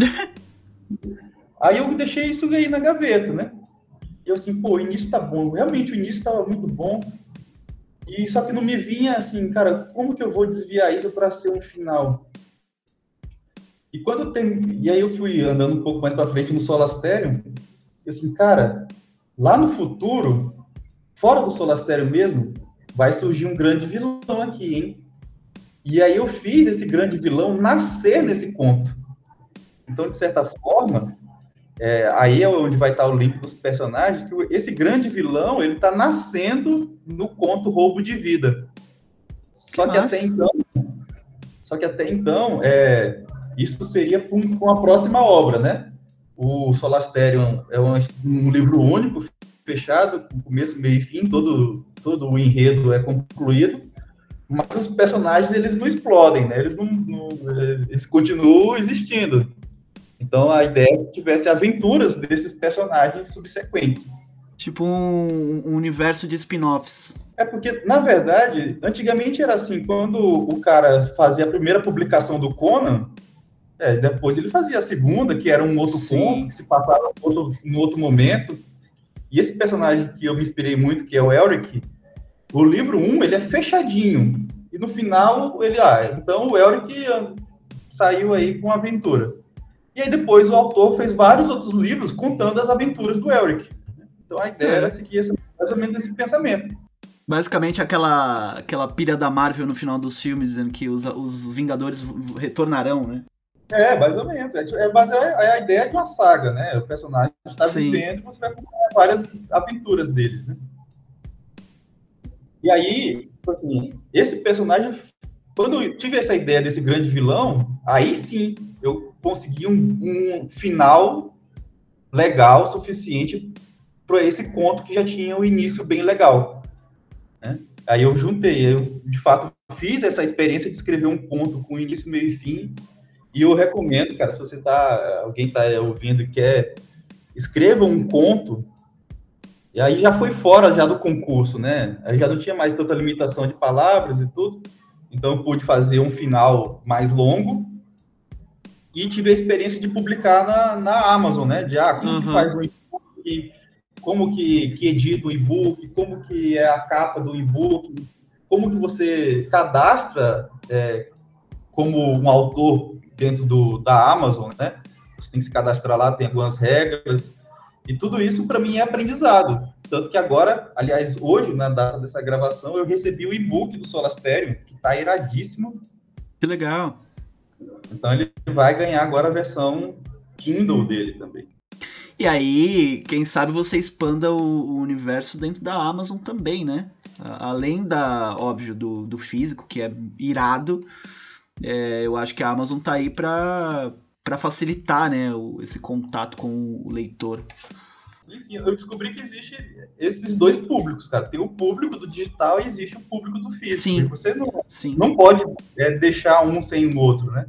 Aí eu deixei isso aí na gaveta, né? E eu assim, pô, o início tá bom. Realmente, o início estava muito bom. E só que não me vinha assim, cara, como que eu vou desviar isso para ser um final? E quando tem... E aí eu fui andando um pouco mais para frente no Solasterium, e assim, cara, lá no futuro, fora do Solasterium mesmo, vai surgir um grande vilão aqui, hein? E aí eu fiz esse grande vilão nascer nesse conto. Então, de certa forma, é, aí é onde vai estar o link dos personagens, que esse grande vilão, ele está nascendo no conto Roubo de Vida. Só que, que até então, só que até então, é, isso seria com, com a próxima obra, né? O Solasterium é um, um livro único, fechado, com começo, meio e fim, todo, todo o enredo é concluído, mas os personagens, eles não explodem, né? Eles, não, não, eles continuam existindo. Então, a ideia é que tivesse aventuras desses personagens subsequentes. Tipo um, um universo de spin-offs. É porque, na verdade, antigamente era assim, quando o cara fazia a primeira publicação do Conan, é, depois ele fazia a segunda, que era um outro Sim. ponto, que se passava em outro, em outro momento. E esse personagem que eu me inspirei muito, que é o Elric, o livro um, ele é fechadinho. E no final, ele, ah, então o Elric saiu aí com aventura. E aí depois o autor fez vários outros livros contando as aventuras do Elric. Então a ideia é. era seguir essa, mais ou menos esse pensamento. Basicamente aquela, aquela pilha da Marvel no final dos filmes, dizendo que os, os Vingadores retornarão, né? É, mais ou menos. É, é, é a ideia de uma saga, né? O personagem está vivendo e você vai acompanhar várias aventuras dele, né? E aí, assim, esse personagem, quando eu tive essa ideia desse grande vilão, aí sim, eu consegui um, um final legal, suficiente para esse conto que já tinha um início bem legal, né? Aí eu juntei, eu de fato fiz essa experiência de escrever um conto com início, meio e fim, e eu recomendo, cara, se você tá, alguém tá ouvindo e quer, escreva um conto, e aí já foi fora já do concurso, né? Aí já não tinha mais tanta limitação de palavras e tudo, então eu pude fazer um final mais longo, e tive a experiência de publicar na, na Amazon, né? De, ah, como uhum. que faz um e-book, como que, que edita o e-book, como que é a capa do e-book, como que você cadastra é, como um autor dentro do, da Amazon, né? Você tem que se cadastrar lá, tem algumas regras, e tudo isso para mim é aprendizado. Tanto que agora, aliás, hoje, na data dessa gravação, eu recebi o e-book do Solasterium, que está iradíssimo. Que legal! Então ele vai ganhar agora a versão Kindle dele também. E aí, quem sabe você expanda o, o universo dentro da Amazon também, né? Além da, óbvio, do, do físico, que é irado, é, eu acho que a Amazon tá aí para para facilitar, né, o, esse contato com o leitor. Sim, eu descobri que existe esses dois públicos, cara. Tem o público do digital e existe o público do físico. Sim. E você não, Sim. não pode é, deixar um sem o outro, né?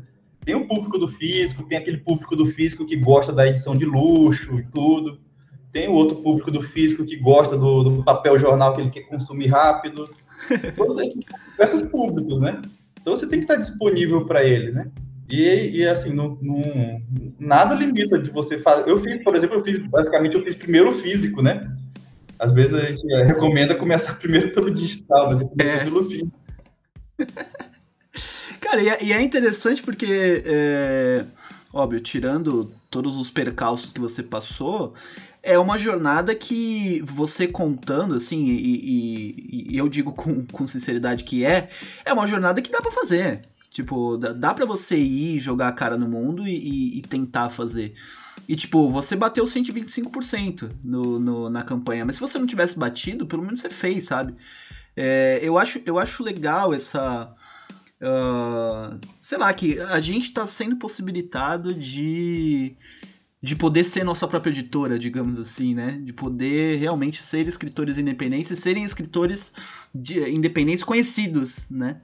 Tem o público do físico, tem aquele público do físico que gosta da edição de luxo e tudo. Tem o outro público do físico que gosta do, do papel jornal que ele quer consumir rápido. Todos esses, esses públicos, né? Então você tem que estar disponível para ele, né? E, e assim, não, não, nada limita de você fazer. Eu fiz, por exemplo, eu fiz, basicamente, eu fiz primeiro o físico, né? Às vezes a gente recomenda começar primeiro pelo digital, mas eu comecei é. pelo físico. Cara, e é, e é interessante porque, é, óbvio, tirando todos os percalços que você passou, é uma jornada que você contando, assim, e, e, e eu digo com, com sinceridade que é, é uma jornada que dá pra fazer. Tipo, dá, dá pra você ir jogar a cara no mundo e, e, e tentar fazer. E, tipo, você bateu cento e vinte e cinco por cento no, no, na campanha, mas se você não tivesse batido, pelo menos você fez, sabe? É, eu, acho, eu acho legal essa... Uh, sei lá, que a gente tá sendo possibilitado de, de poder ser nossa própria editora, digamos assim, né? De poder realmente ser escritores independentes e serem escritores de, independentes conhecidos, né?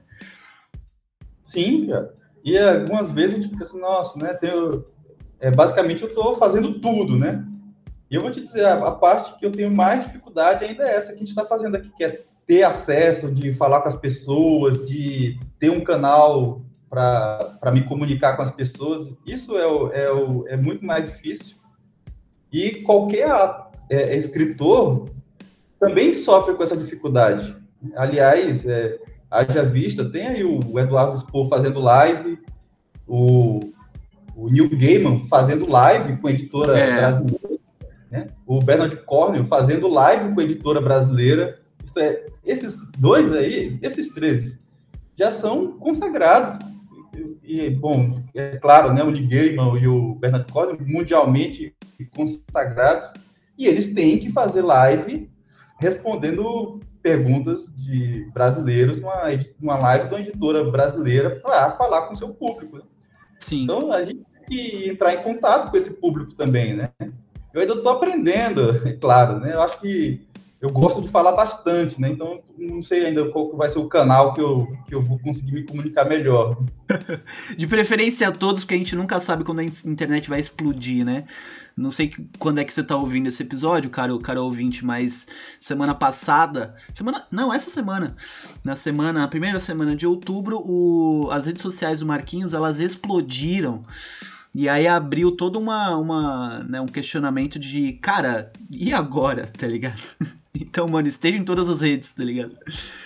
Sim, cara. E algumas vezes a gente fica assim, nossa, né? Tenho, é, basicamente eu tô fazendo tudo, né? E eu vou te dizer, a, a parte que eu tenho mais dificuldade ainda é essa que a gente tá fazendo aqui, que é ter acesso, de falar com as pessoas, de ter um canal para me comunicar com as pessoas. Isso é, o, é, o, é muito mais difícil. E qualquer é, escritor também sofre com essa dificuldade. Aliás, é, haja vista, tem aí o Eduardo Spohr fazendo live, o, o Neil Gaiman fazendo live com a editora é. brasileira, né? O Bernard Cornwell fazendo live com a editora brasileira. É, esses dois aí, esses três, já são consagrados. E, e bom, é claro, né, o Neil Gaiman e o Bernard Cornwell, mundialmente consagrados, e eles têm que fazer live respondendo perguntas de brasileiros, uma, uma live de uma editora brasileira para falar com o seu público. Né? Sim. Então, a gente tem que entrar em contato com esse público também, né? Eu ainda estou aprendendo, é claro, né? Eu acho que eu gosto de falar bastante, né? Então, não sei ainda qual vai ser o canal que eu, que eu vou conseguir me comunicar melhor. De preferência a todos, porque a gente nunca sabe quando a internet vai explodir, né? Não sei quando é que você tá ouvindo esse episódio, cara, o cara ouvinte, mas semana passada... Semana, não, essa semana. Na semana, a primeira semana de outubro, o, as redes sociais do Marquinhos, elas explodiram. E aí abriu todo uma, uma, né, um questionamento de, cara, e agora, tá ligado? Então, mano, esteja em todas as redes, tá ligado?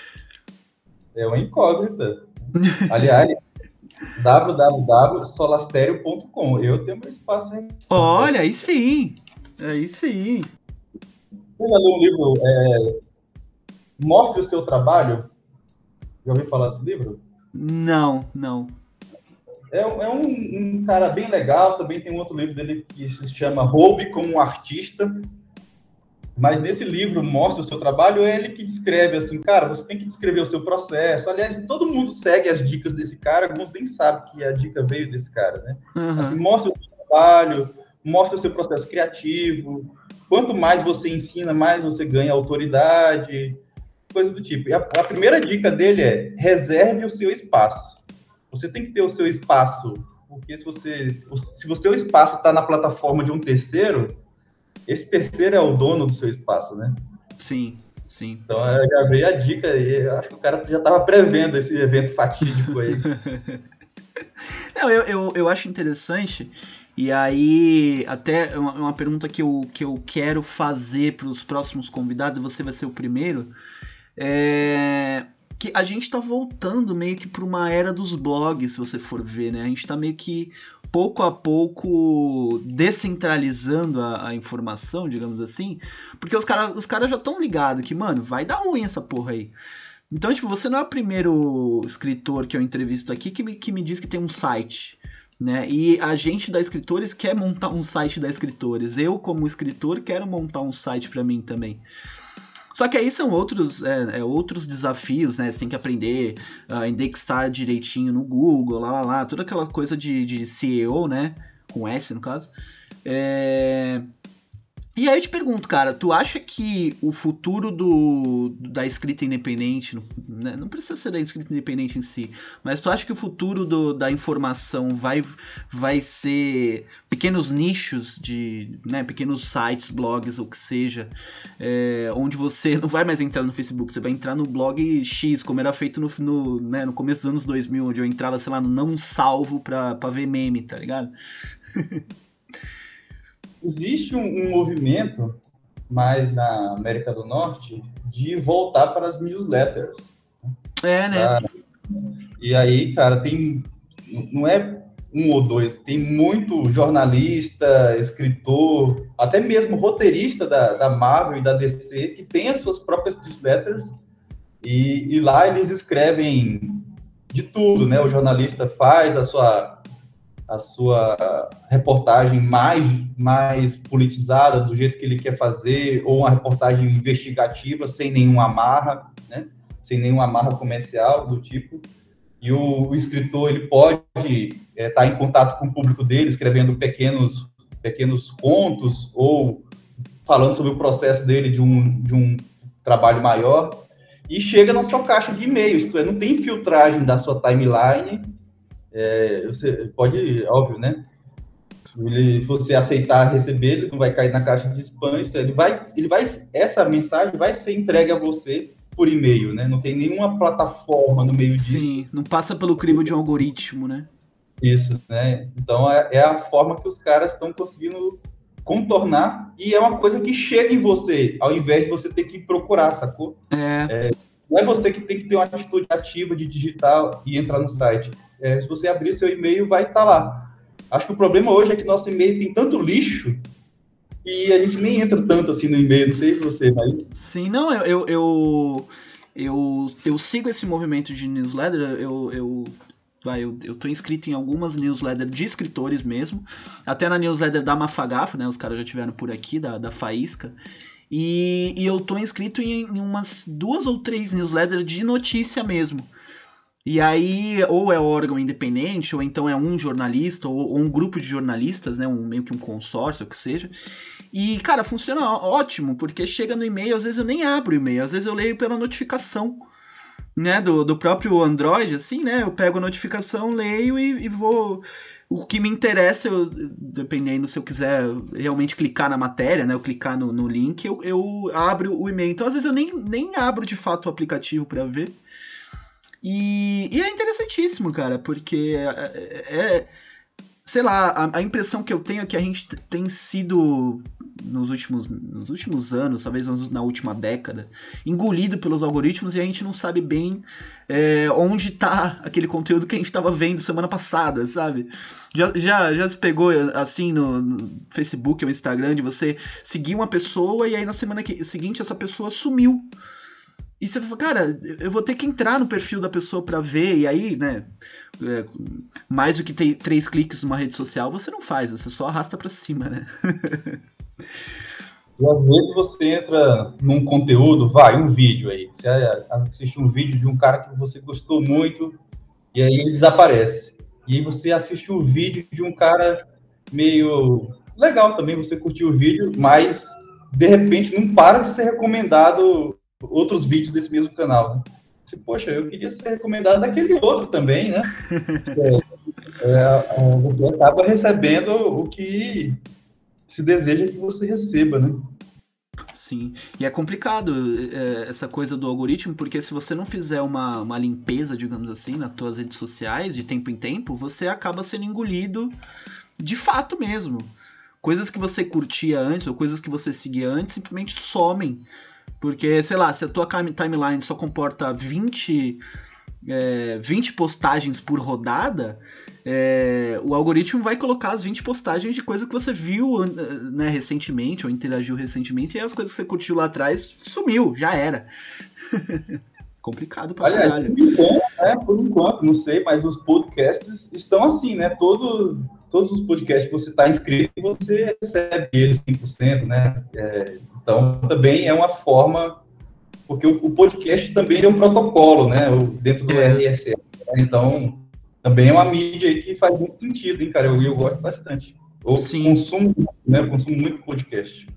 É uma incógnita. Aliás, w w w ponto solastério ponto com. Eu tenho meu espaço aí. Olha, aí sim. Aí sim. Você já leu um livro, é, Mostre o Seu Trabalho? Já ouviu falar desse livro? Não, não. É, é um, um cara bem legal, também tem um outro livro dele que se chama Roube como um Artista, mas nesse livro, Mostra o Seu Trabalho, é ele que descreve assim, cara, você tem que descrever o seu processo. Aliás, todo mundo segue as dicas desse cara, alguns nem sabem que a dica veio desse cara, né? Uhum. Assim, mostra o seu trabalho, mostra o seu processo criativo, quanto mais você ensina, mais você ganha autoridade, coisa do tipo. E a, a primeira dica dele é, reserve o seu espaço. Você tem que ter o seu espaço, porque se você, se o seu espaço está na plataforma de um terceiro, esse terceiro é o dono do seu espaço, né? Sim, sim. Então, já veio a dica aí, eu acho que o cara já estava prevendo esse evento fatídico aí. Não, eu, eu, eu acho interessante, e aí, até uma, uma pergunta que eu, que eu quero fazer para os próximos convidados, você vai ser o primeiro, é... que a gente tá voltando meio que para uma era dos blogs, se você for ver, né? A gente tá meio que, pouco a pouco, descentralizando a, a informação, digamos assim, porque os caras os cara já estão ligados que, mano, vai dar ruim essa porra aí. Então, tipo, você não é o primeiro escritor que eu entrevisto aqui que me, que me diz que tem um site, né? E a gente da Escritores quer montar um site da Escritores. Eu, como escritor, quero montar um site para mim também. Só que aí são outros, é, é, outros desafios, né? Você tem que aprender a indexar direitinho no Google, lá, lá, lá. Toda aquela coisa de, de S E O, né? Com S, no caso. É... E aí eu te pergunto, cara, tu acha que o futuro do, da escrita independente, né, não precisa ser da escrita independente em si, mas tu acha que o futuro do, da informação vai, vai ser pequenos nichos de, né, pequenos sites, blogs, ou que seja, é, onde você não vai mais entrar no Facebook, você vai entrar no blog X, como era feito no, no, né, no começo dos anos dois mil, onde eu entrava, sei lá, no não salvo pra, pra ver meme, tá ligado? Existe um, um movimento, mais na América do Norte, de voltar para as newsletters. É, né? Tá? E aí, cara, tem... Não é um ou dois, tem muito jornalista, escritor, até mesmo roteirista da, da Marvel e da D C, que tem as suas próprias newsletters, e, e lá eles escrevem de tudo, né? O jornalista faz a sua... a sua reportagem mais, mais politizada, do jeito que ele quer fazer, ou uma reportagem investigativa, sem nenhuma amarra, né? Sem nenhuma amarra comercial do tipo. E o, o escritor, ele pode estar é, tá em contato com o público dele, escrevendo pequenos, pequenos contos, ou falando sobre o processo dele de um, de um trabalho maior, e chega na sua caixa de e-mail, isto é, não tem filtragem da sua timeline. É, você pode, óbvio, né? Ele, se você aceitar receber, ele não vai cair na caixa de spam. Ele vai, ele vai, essa mensagem vai ser entregue a você por e-mail, né? Não tem nenhuma plataforma no meio disso. Sim, não passa pelo crivo de um algoritmo, né? Isso, né? Então é, é a forma que os caras estão conseguindo contornar, e é uma coisa que chega em você, ao invés de você ter que procurar, sacou? É. É, não é você que tem que ter uma atitude ativa de digitar e entrar no site. É, se você abrir seu e-mail, vai estar lá. Acho que o problema hoje é que nosso e-mail tem tanto lixo e a gente nem entra tanto assim no e-mail, não sei se você, mas... Sim, não, eu, eu, eu, eu, eu sigo esse movimento de newsletter, eu, eu, vai, eu, eu tô inscrito em algumas newsletters de escritores mesmo, até na newsletter da Mafagafo, né, os caras já tiveram por aqui, da, da Faísca, e, e eu tô inscrito em, em umas duas ou três newsletters de notícia mesmo. E aí, ou é órgão independente, ou então é um jornalista, ou, ou um grupo de jornalistas, né, um, meio que um consórcio, o que seja. E, cara, funciona ótimo, porque chega no e-mail, às vezes eu nem abro o e-mail, às vezes eu leio pela notificação, né, do, do próprio Android, assim, né, eu pego a notificação, leio e, e vou... O que me interessa, eu, dependendo se eu quiser realmente clicar na matéria, né, eu clicar no, no link, eu, eu abro o e-mail. Então, às vezes eu nem, nem abro de fato o aplicativo para ver. E, e é interessantíssimo, cara, porque é, é sei lá, a, a impressão que eu tenho é que a gente tem sido, nos últimos, nos últimos anos, talvez na última década, engolido pelos algoritmos e a gente não sabe bem é, onde tá aquele conteúdo que a gente tava vendo semana passada, sabe? Já, já, já se pegou assim no, no Facebook ou Instagram de você seguir uma pessoa e aí na semana que, seguinte essa pessoa sumiu. E você fala, cara, eu vou ter que entrar no perfil da pessoa pra ver, e aí, né, é, mais do que ter três cliques numa rede social, você não faz, você só arrasta pra cima, né? E às vezes você entra num conteúdo, vai, um vídeo aí, você assiste um vídeo de um cara que você gostou muito, e aí ele desaparece. E aí você assiste um vídeo de um cara meio legal também, você curtiu o vídeo, mas de repente não para de ser recomendado outros vídeos desse mesmo canal, né? Você, poxa, eu queria ser recomendado daquele outro também, né? É, é, você acaba recebendo o que se deseja que você receba, né? Sim, e é complicado é, essa coisa do algoritmo, porque se você não fizer uma, uma limpeza, digamos assim, nas suas redes sociais, de tempo em tempo, você acaba sendo engolido de fato mesmo. Coisas que você curtia antes, ou coisas que você seguia antes, simplesmente somem. Porque, sei lá, se a tua timeline só comporta vinte, é, vinte postagens por rodada, é, o algoritmo vai colocar as vinte postagens de coisa que você viu, né, recentemente, ou interagiu recentemente, e as coisas que você curtiu lá atrás sumiu, já era. Complicado pra Olha, caralho. Por enquanto, né, por enquanto, não sei, mas os podcasts estão assim, né? Todo, todos os podcasts que você está inscrito, você recebe eles cem por cento, né? É, então, também é uma forma, porque o, o podcast também é um protocolo, né? O, dentro do É. R S S. Né? Então, também é uma mídia aí que faz muito sentido, hein, cara? Eu, eu gosto bastante. Eu Sim. consumo, né? Eu consumo muito podcast.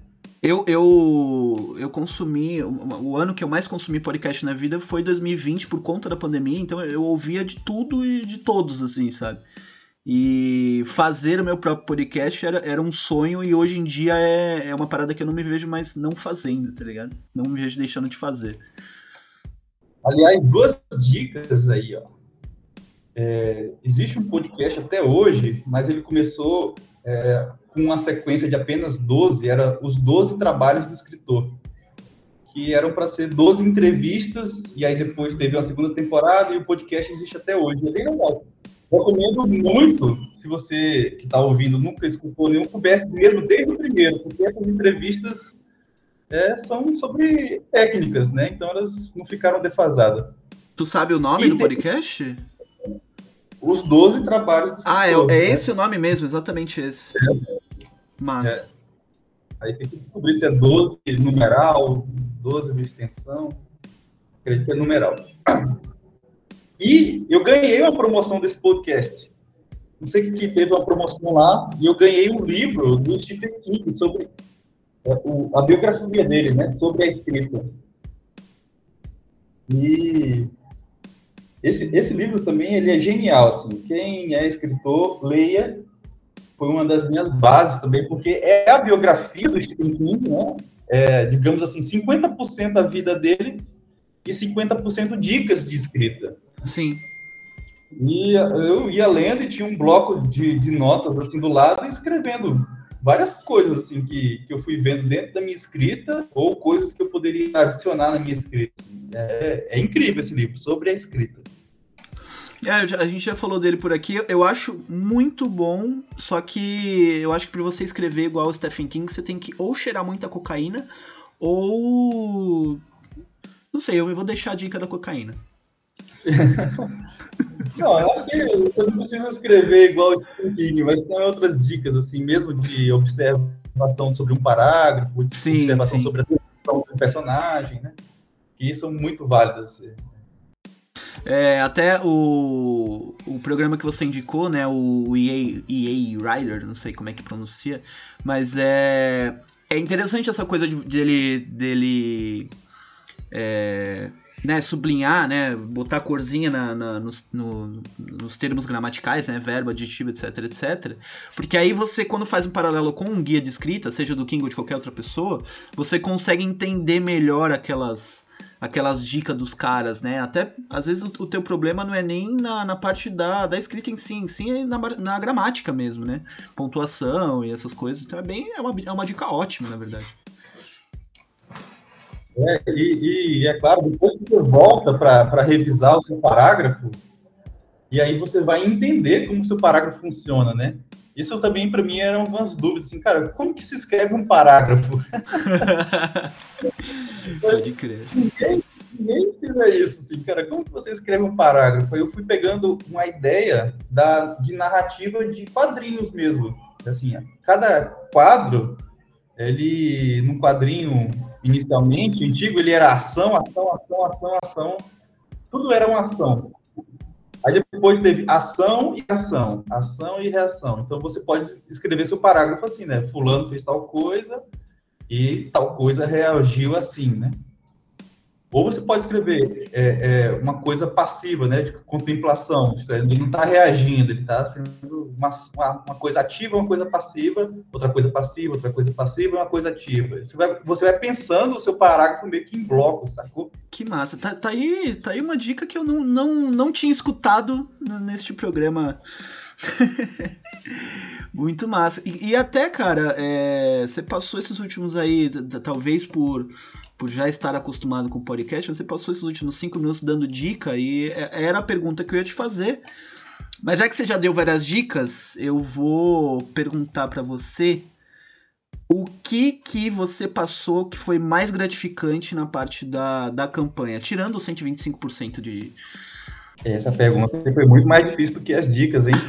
Eu, eu, eu consumi, o, o ano que eu mais consumi podcast na vida foi dois mil e vinte por conta da pandemia, então eu ouvia de tudo e de todos, assim, sabe? E fazer o meu próprio podcast era, era um sonho e hoje em dia é, é uma parada que eu não me vejo mais não fazendo, tá ligado? Não me vejo deixando de fazer. Aliás, duas dicas aí, ó. É, existe um podcast até hoje, mas ele começou é, com uma sequência de apenas doze, era os doze trabalhos do escritor, que eram para ser doze entrevistas, e aí depois teve uma segunda temporada, e o podcast existe até hoje. É bem legal. Recomendo muito, se você que está ouvindo nunca escutou nenhum, comece mesmo desde o primeiro, porque essas entrevistas é, são sobre técnicas, né? Então elas não ficaram defasadas. Tu sabe o nome E do tem- podcast? Os doze trabalhos do Ah, é, escritor, é né? esse o nome mesmo, exatamente esse. Massa. Aí tem que descobrir se é doze numeral, doze de extensão. Acredito que é numeral. E eu ganhei uma promoção desse podcast. Não sei o que que teve uma promoção lá, e eu ganhei um livro do Stephen King sobre é, o- a biografia dele, né? Sobre a escrita. E esse, esse livro também ele é genial, assim. Quem é escritor, leia. Foi uma das minhas bases também, porque é a biografia do Stephen King, né? É, digamos assim, cinquenta por cento da vida dele e cinquenta por cento dicas de escrita. Sim. E eu ia lendo e tinha um bloco de, de notas assim do lado e escrevendo várias coisas assim que, que eu fui vendo dentro da minha escrita ou coisas que eu poderia adicionar na minha escrita. É, é incrível esse livro, sobre a escrita. É, eu já- a gente já falou dele por aqui. Eu acho muito bom, só que eu acho que pra você escrever igual o Stephen King, você tem que ou cheirar muita cocaína, ou... Não sei, eu vou deixar a dica da cocaína. Não, eu acho que você não precisa escrever igual o Stephen King, mas tem outras dicas, assim, mesmo de observação sobre um parágrafo, de Sim, observação sim. sobre a descrição do personagem, né? Que são muito válidas. É, até o, o programa que você indicou, né, o E A, E A Rider, não sei como é que pronuncia, mas é, é interessante essa coisa de, dele, dele é, né, sublinhar, né, botar corzinha na, na, nos, no, nos termos gramaticais, né, verbo, adjetivo, etc, etc, porque aí você, quando faz um paralelo com um guia de escrita, seja do King ou de qualquer outra pessoa, você consegue entender melhor aquelas... aquelas dicas dos caras, né? Até, às vezes, o, o teu problema não é nem na, na parte da, da escrita em si, em si é na, na gramática mesmo, né? Pontuação e essas coisas. Então é bem, é uma, é uma dica ótima, na verdade. É, e, e é claro, depois que você volta para revisar o seu parágrafo, e aí você vai entender como o seu parágrafo funciona, né? Isso também, para mim, eram algumas dúvidas, assim, cara, como que se escreve um parágrafo? Pode crer. Ninguém, ninguém ensina isso, assim, cara, como que você escreve um parágrafo? Aí eu fui pegando uma ideia da, de narrativa de quadrinhos mesmo, assim, cada quadro, ele, num quadrinho, inicialmente, antigo, ele era ação, ação, ação, ação, ação, tudo era uma ação. Aí depois teve ação e ação, ação e reação. Então você pode escrever seu parágrafo assim, né? Fulano fez tal coisa e tal coisa reagiu assim, né? Ou você pode escrever é, é, uma coisa passiva, né? De contemplação. Ele não está reagindo, ele está sendo uma, uma, uma coisa ativa, uma coisa passiva, outra coisa passiva, outra coisa passiva, uma coisa ativa. Você vai, você vai pensando o seu parágrafo meio que em bloco, sacou? Que massa. Tá, tá, aí, tá aí uma dica que eu não, não, não tinha escutado neste programa. Muito massa. E, e até, cara, é, você passou esses últimos aí, talvez por, por já estar acostumado com o podcast, você passou esses últimos cinco minutos dando dica e era a pergunta que eu ia te fazer. Mas já que você já deu várias dicas, eu vou perguntar pra você o que que você passou que foi mais gratificante na parte da, da campanha, tirando os cento e vinte e cinco por cento de... Essa pergunta foi muito mais difícil do que as dicas, hein?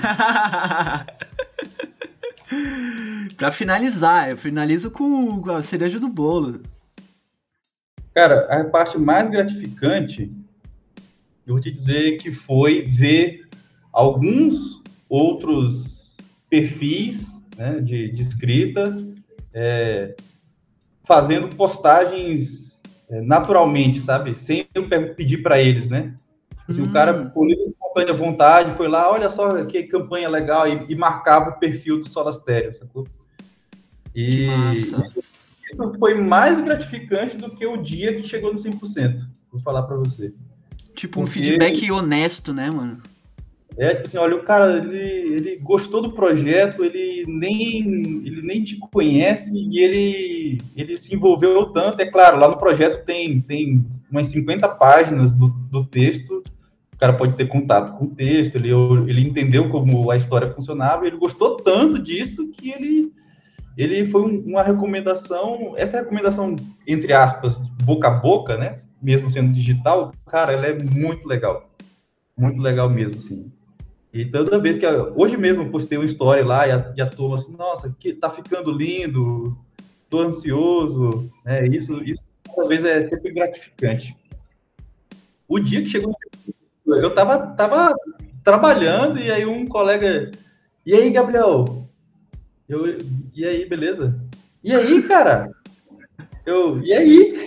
Pra finalizar, eu finalizo com a cereja do bolo. Cara, a parte mais gratificante, eu vou te dizer que foi ver alguns outros perfis, né, de, de escrita, é, fazendo postagens é, naturalmente, sabe? Sem eu pedir para eles, né? Assim, hum. O cara, por livre espontânea vontade, foi lá, olha só que campanha legal, e, e marcava o perfil do Solastério, sacou? E que massa. Isso, isso foi mais gratificante do que o dia que chegou no cem por cento, vou falar para você. Tipo um Porque... feedback honesto, né, mano? É, tipo assim, olha, o cara, ele, ele gostou do projeto, ele nem, ele nem te conhece e ele, ele se envolveu tanto. É claro, lá no projeto tem, tem umas cinquenta páginas do, do texto, o cara pode ter contato com o texto, ele, ele entendeu como a história funcionava, ele gostou tanto disso que ele, ele foi uma recomendação, essa recomendação, entre aspas, boca a boca, né, mesmo sendo digital, cara, ela é muito legal, muito legal mesmo, assim. E toda vez que... Hoje mesmo eu postei uma história lá e a, e a turma assim, nossa, que tá ficando lindo, tô ansioso, né? Isso, isso talvez é sempre gratificante. O dia que chegou, eu tava, tava trabalhando e aí um colega... E aí, Gabriel? Eu, e aí, beleza? E aí, cara? Eu, e aí?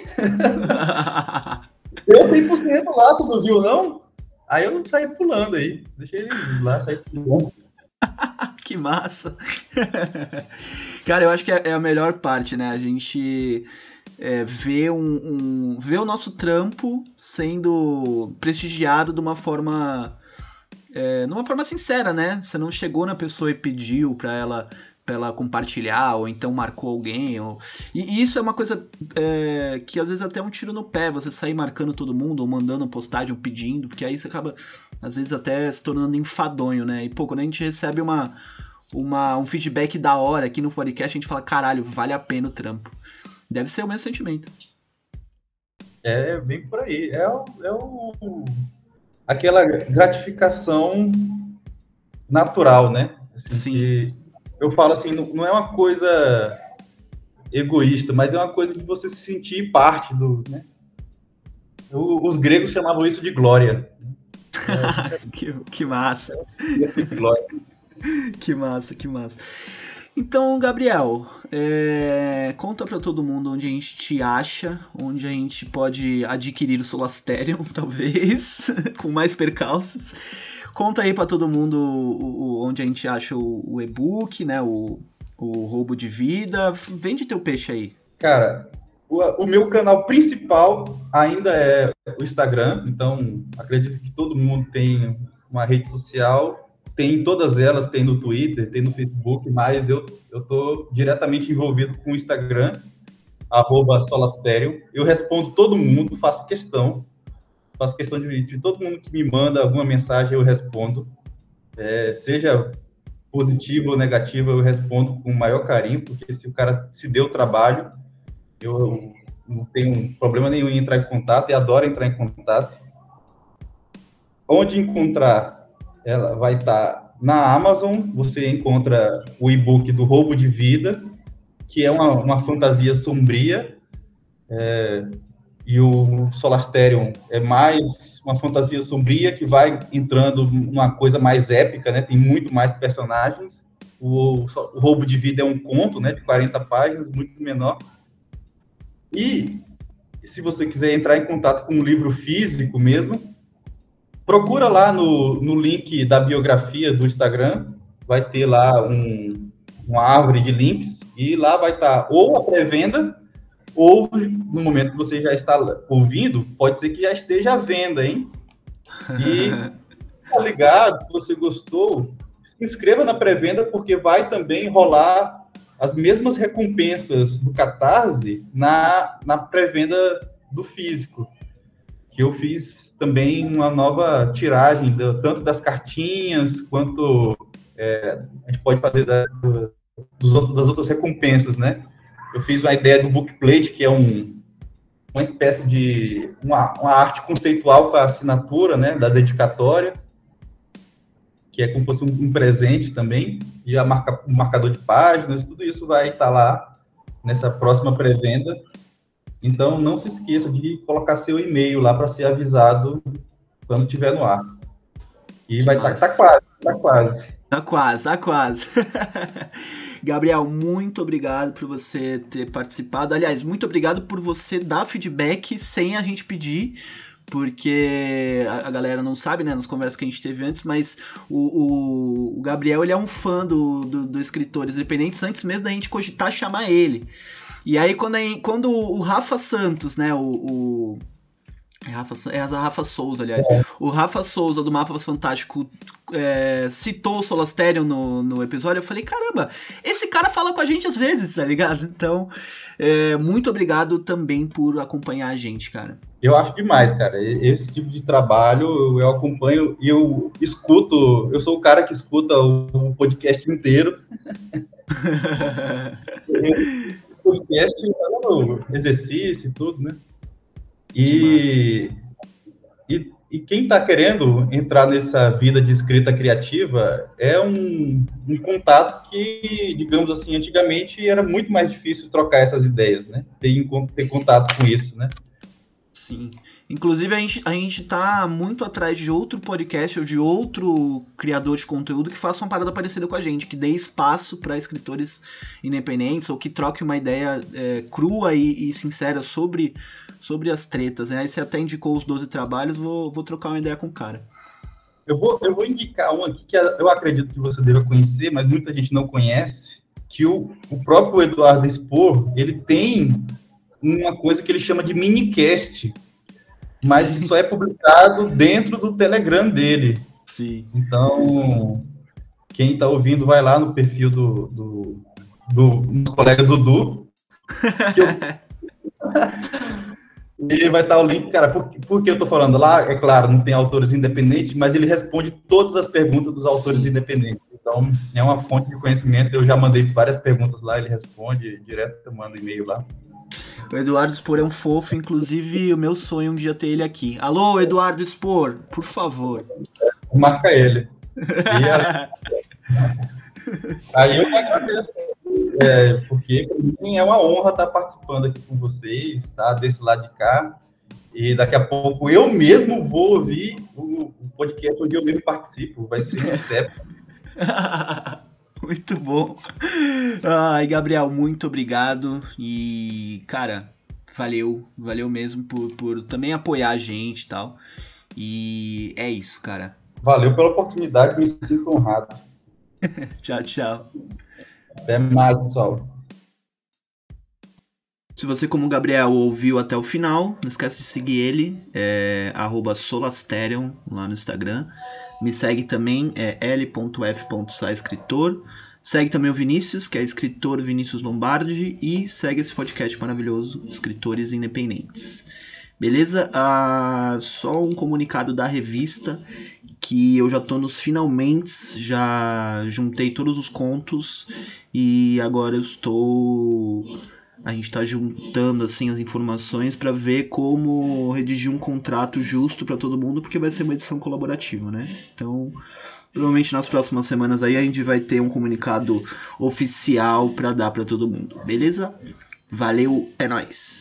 Deu cem por cento lá, você não viu, não? Aí eu saí pulando aí, deixei ele lá, saí pulando. Que massa! Cara, eu acho que é a melhor parte, né? A gente é, vê, um, um, vê o nosso trampo sendo prestigiado de uma forma, é, de uma forma sincera, né? Você não chegou na pessoa e pediu pra ela... pra ela compartilhar, ou então marcou alguém, ou... e, e isso é uma coisa é, que às vezes até é um tiro no pé, você sair marcando todo mundo, ou mandando postagem, ou pedindo, porque aí você acaba, às vezes, até se tornando enfadonho, né, e pô, quando a gente recebe uma, uma, um feedback da hora aqui no podcast, a gente fala, caralho, vale a pena o trampo. Deve ser o mesmo sentimento. É, bem por aí, é, o, é o, aquela gratificação natural, né, assim, Sim. Que... Eu falo assim, não é uma coisa egoísta, mas é uma coisa de você se sentir parte do, né? Os gregos chamavam isso de glória. É, que, que massa. Que massa, que massa. Então, Gabriel, é, conta pra todo mundo onde a gente te acha, onde a gente pode adquirir o Solasterium, talvez, com mais percalços. Conta aí pra todo mundo o, o, onde a gente acha o, o e-book, né, o, o Roubo de Vida. Vende teu peixe aí. Cara, o, o meu canal principal ainda é o Instagram, então acredito que todo mundo tem uma rede social, tem em todas elas, tem no Twitter, tem no Facebook, mas eu, eu tô diretamente envolvido com o Instagram, arroba Solasterium. Eu respondo todo mundo, faço questão. Faço questão de, de todo mundo que me manda alguma mensagem, eu respondo. É, seja positiva ou negativa, eu respondo com o maior carinho, porque se o cara se deu o trabalho, eu não tenho problema nenhum em entrar em contato e adoro entrar em contato. Onde encontrar? Ela vai estar na Amazon, você encontra o e-book do Roubo de Vida, que é uma, uma fantasia sombria, é, e o Solasterium é mais uma fantasia sombria que vai entrando numa coisa mais épica, né? Tem muito mais personagens. O, o Roubo de Vida é um conto, né? De quarenta páginas, muito menor. E se você quiser entrar em contato com um livro físico mesmo, procura lá no, no link da biografia do Instagram, vai ter lá um, uma árvore de links, e lá vai estar ou a pré-venda, ou no momento que você já está ouvindo, pode ser que já esteja à venda, hein? E tá ligado, se você gostou, se inscreva na pré-venda, porque vai também rolar as mesmas recompensas do Catarse na, na pré-venda do físico, que eu fiz também uma nova tiragem, do, tanto das cartinhas, quanto é, a gente pode fazer da, do, dos outros, das outras recompensas, né? Eu fiz uma ideia do bookplate, que é um, uma espécie de uma, uma arte conceitual com a assinatura, né, da dedicatória, que é como se fosse um, um presente também, e a marca, o marcador de páginas, tudo isso vai estar lá nessa próxima pré-venda. Então, não se esqueça de colocar seu e-mail lá para ser avisado quando estiver no ar. E que vai estar tá, tá quase, tá quase. Tá quase, tá quase. Gabriel, muito obrigado por você ter participado. Aliás, muito obrigado por você dar feedback sem a gente pedir, porque a, a galera não sabe, né, nas conversas que a gente teve antes, mas o, o, o Gabriel, ele é um fã do, do, do Escritores Independentes antes mesmo da gente cogitar chamar ele. E aí, quando, aí, quando o Rafa Santos, né, o... o É, Rafa, é a Rafa Souza, aliás. É. O Rafa Souza, do Mapa Fantástico, é, citou o Solasterion no, no episódio. Eu falei, caramba, esse cara fala com a gente às vezes, tá ligado? Então, é, muito obrigado também por acompanhar a gente, cara. Eu acho demais, cara. Esse tipo de trabalho eu acompanho e eu escuto. Eu sou o cara que escuta o podcast inteiro. O podcast, o exercício e tudo, né? E, e, e quem está querendo entrar nessa vida de escrita criativa é um, um contato que, digamos assim, antigamente era muito mais difícil trocar essas ideias, né? Ter, ter contato com isso, né? Sim. Inclusive, a gente, a gente tá muito atrás de outro podcast ou de outro criador de conteúdo que faça uma parada parecida com a gente, que dê espaço para escritores independentes ou que troque uma ideia é, crua e, e sincera sobre, sobre as tretas, né? Aí você até indicou os doze trabalhos, vou, vou trocar uma ideia com o cara. Eu vou, eu vou indicar um aqui que eu acredito que você deva conhecer, mas muita gente não conhece, que o, o próprio Eduardo Spor, ele tem uma coisa que ele chama de minicast, mas que só é publicado dentro do Telegram dele. Sim. Então, quem está ouvindo, vai lá no perfil do, do, do, do colega Dudu, que eu... ele vai estar o link, cara, por, por que eu estou falando lá? É claro, não tem autores independentes, mas ele responde todas as perguntas dos autores Sim. independentes. Então, é uma fonte de conhecimento. Eu já mandei várias perguntas lá, ele responde direto, eu mando e-mail lá. O Eduardo Spor é um fofo, inclusive o meu sonho é um dia ter ele aqui. Alô, Eduardo Spor, por favor. Marca ele. E a... Aí eu que agradeço, é, porque para mim é uma honra estar participando aqui com vocês, tá? Desse lado de cá. E daqui a pouco eu mesmo vou ouvir o, o podcast onde eu mesmo participo. Vai ser um C E P. Muito bom. Ai, Gabriel, muito obrigado. E, cara, valeu. Valeu mesmo por, por também apoiar a gente e tal. E é isso, cara. Valeu pela oportunidade, me sinto honrado. Tchau, tchau. Até mais, pessoal. Se você, como o Gabriel, ouviu até o final, não esquece de seguir ele, é arroba solasterion lá no Instagram. Me segue também, é l ponto f ponto sa escritor. Segue também o Vinícius, que é escritor Vinícius Lombardi. E segue esse podcast maravilhoso, Escritores Independentes. Beleza? Ah, só um comunicado da revista, que eu já tô nos finalmente, já juntei todos os contos e agora eu estou... A gente está juntando assim as informações para ver como redigir um contrato justo para todo mundo, porque vai ser uma edição colaborativa, né? Então, provavelmente nas próximas semanas aí a gente vai ter um comunicado oficial para dar para todo mundo, beleza? Valeu, é nóis!